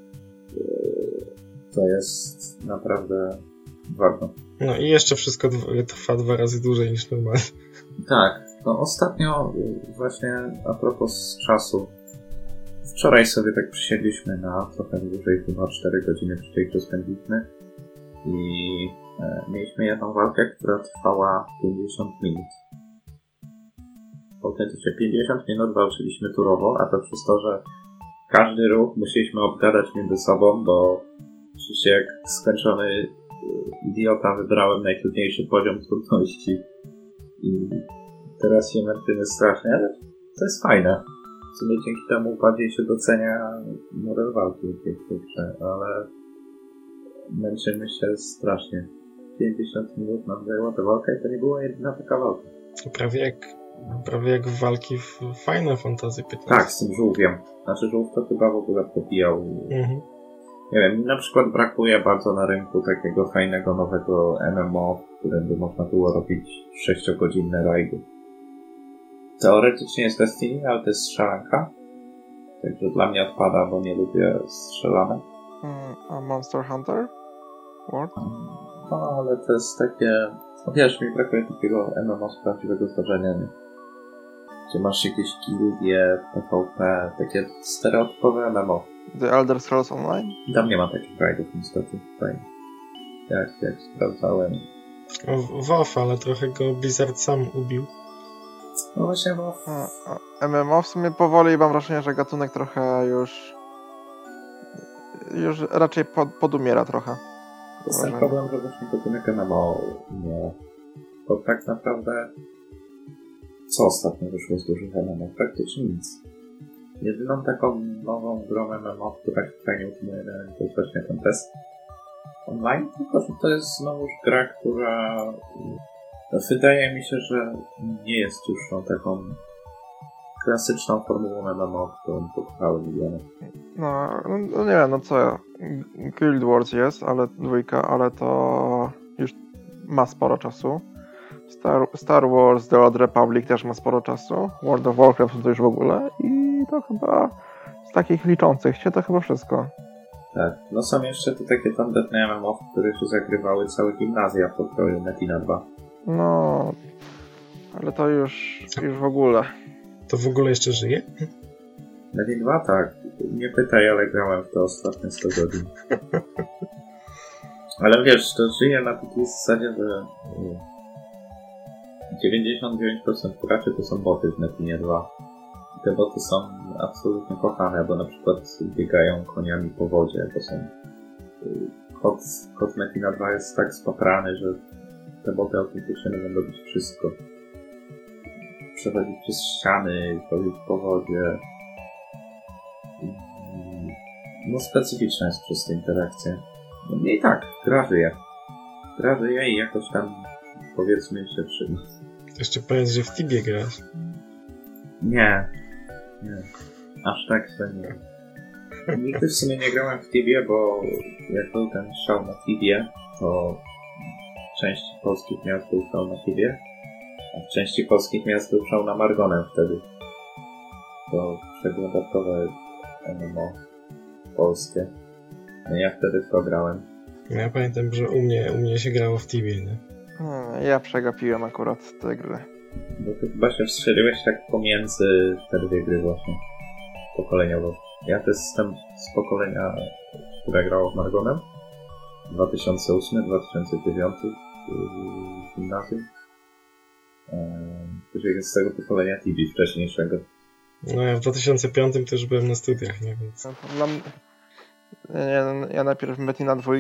[SPEAKER 1] To jest naprawdę warto.
[SPEAKER 3] No i jeszcze wszystko trwa 2 razy dłużej niż normalnie. Tak.
[SPEAKER 1] No ostatnio właśnie a propos czasu. Wczoraj sobie tak przysiedliśmy na trochę dłużej, chyba 4 godziny przy tej grze spędziliśmy. I mieliśmy jedną walkę, która trwała 50 minut. Autentycznie 50 minut walczyliśmy turowo, a to przez to, że każdy ruch musieliśmy obgadać między sobą, bo oczywiście jak skończony idiota wybrałem najtrudniejszy poziom trudności i teraz się męczymy strasznie, ale to jest fajne. W sumie dzięki temu bardziej się docenia model walki w tej grze, ale męczymy się strasznie. 50 minut nam zajęła ta walka i to nie była jedyna taka walka.
[SPEAKER 3] Prawie jak w walki w Final Fantasy 15.
[SPEAKER 1] Tak, z tym żółwiem. Znaczy żółw to chyba w ogóle popijał. Nie wiem, mi na przykład brakuje bardzo na rynku takiego fajnego nowego MMO, w którym by można było robić 6-godzinne rajdy. Teoretycznie jest Destiny, ale to jest strzelanka. Także dla mnie odpada, bo nie lubię strzelanek.
[SPEAKER 2] A Monster Hunter World?
[SPEAKER 1] No, ale to jest takie... No wiesz, mi brakuje takiego MMO z prawdziwego zdarzenia, nie? Gdzie masz jakieś gildie, PvP, takie stereotypowe MMO.
[SPEAKER 2] The Elder Scrolls Online?
[SPEAKER 1] Tam nie ma takich rajdów niestety. Tutaj, jak sprawdzałem.
[SPEAKER 3] WoW, ale trochę go Blizzard sam ubił.
[SPEAKER 1] No właśnie, bo...
[SPEAKER 2] MMO w sumie powoli mam wrażenie, że gatunek trochę już raczej podumiera trochę.
[SPEAKER 1] To jest ten problem, że właśnie gatunek MMO nie... Bo tak naprawdę... Co ostatnio wyszło z dużych MMO? Praktycznie nic. Jedyną taką nową grą MMO, która się fajnie utrzymuje, to jest właśnie ten test online, tylko że to jest znowuż gra, która wydaje mi się, że nie jest już tą taką klasyczną formułą MMO, którą potrwały miliony.
[SPEAKER 2] No nie wiem, no co, Guild Wars jest, ale dwójka, ale to już ma sporo czasu. Star Wars, The Old Republic też ma sporo czasu. World of Warcraft to już w ogóle i to chyba z takich liczących się to chyba wszystko.
[SPEAKER 1] Tak, no są jeszcze tu takie tandetne MMO, w których się zagrywały całe gimnazja w pokroju Metina 2.
[SPEAKER 2] No, ale to już w ogóle.
[SPEAKER 3] To w ogóle jeszcze żyje?
[SPEAKER 1] Metin 2? Tak. Nie pytaj, ale grałem w to ostatnie 100 godzin. Ale wiesz, to żyje na takiej zasadzie, że 99% graczy to są boty w Metinie 2. I te boty są absolutnie kochane, bo na przykład biegają koniami po wodzie, bo są... Kod Metina 2 jest tak spaprany, że te boty autentycznie mogą robić wszystko. Przechodzić przez ściany, chodzić po wodzie. No specyficzna jest przez te interakcje. No i tak, gra żyje i jakoś tam, powiedzmy, się trzyma.
[SPEAKER 3] Jeszcze powiedz, że w Tibie grasz.
[SPEAKER 1] Nie. Aż tak to nie. Nigdy w sumie nie grałem w Tibie, bo jak był ten szał na Tibie, to w części polskich miast był szał na Tibie, a w części polskich miast był szał na Margonem wtedy. To przeglądarkowe MMO polskie. No ja wtedy w to grałem.
[SPEAKER 3] Ja pamiętam, że u mnie się grało w Tibie, nie?
[SPEAKER 2] Ja przegapiłem akurat te gry.
[SPEAKER 1] Bo ty chyba się wstrzeliłeś tak pomiędzy te dwie gry właśnie. Pokoleniowo. Ja też jestem z pokolenia, które grało w Margonem. 2008-2009 w gimnazjum. Później jest z tego pokolenia Tibi wcześniejszego.
[SPEAKER 3] No ja w 2005 też byłem na studiach, nie? Więc...
[SPEAKER 2] Ja najpierw Metina 2.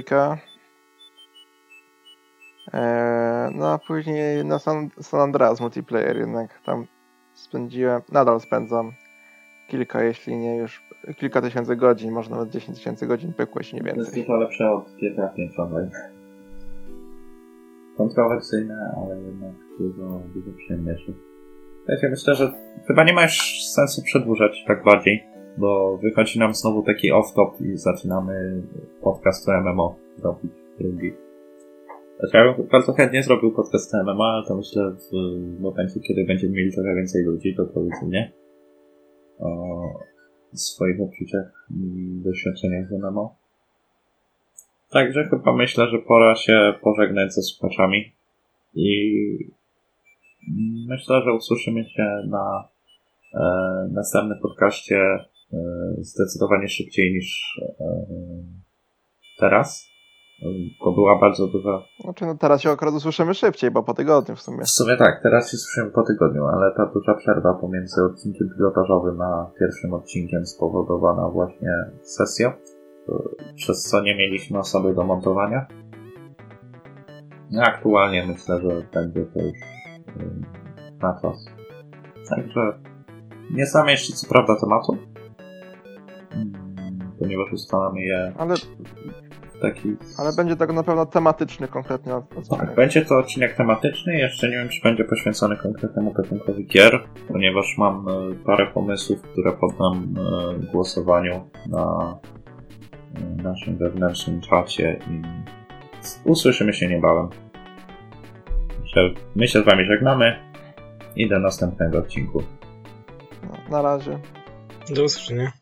[SPEAKER 2] No a później na San Andreas multiplayer jednak tam nadal spędzam kilka, jeśli nie już kilka tysięcy godzin, może nawet 10 000 godzin pykło, jeśli nie więcej.
[SPEAKER 1] To jest dużo lepsze od GTA 5 online. Kontrowersyjne, ale jednak dużo przyjemniejsze. Ja myślę, że chyba nie ma już sensu przedłużać tak bardziej, bo wychodzi nam znowu taki off-top i zaczynamy podcast o MMO robić drugi. Znaczy, ja bym bardzo chętnie zrobił podcast o MMO, ale to myślę w momencie, kiedy będziemy mieli trochę więcej ludzi, to powiedzenie o swoich odczuciach i doświadczeniach z MMO. Także chyba myślę, że pora się pożegnać ze słuchaczami i myślę, że usłyszymy się na następnym podcaście zdecydowanie szybciej niż teraz. To była bardzo duża...
[SPEAKER 2] Znaczy, no teraz się akurat usłyszymy szybciej, bo po tygodniu w sumie.
[SPEAKER 1] W sumie tak, teraz się słyszymy po tygodniu, ale ta duża przerwa pomiędzy odcinkiem pilotażowym a pierwszym odcinkiem spowodowana właśnie sesją, przez co nie mieliśmy osoby do montowania. No, aktualnie myślę, że będzie to już na czas. Także nie znamy jeszcze co prawda tematu, ponieważ ustalamy je taki...
[SPEAKER 2] Ale będzie to na pewno tematyczny konkretnie odcinek.
[SPEAKER 1] Tak, będzie to odcinek tematyczny. Jeszcze nie wiem, czy będzie poświęcony konkretnemu gatunkowi gier, ponieważ mam parę pomysłów, które poddam głosowaniu na naszym wewnętrznym czacie i usłyszymy się niebawem. My się z wami żegnamy i do następnego odcinku.
[SPEAKER 2] Na razie.
[SPEAKER 3] Do usłyszenia.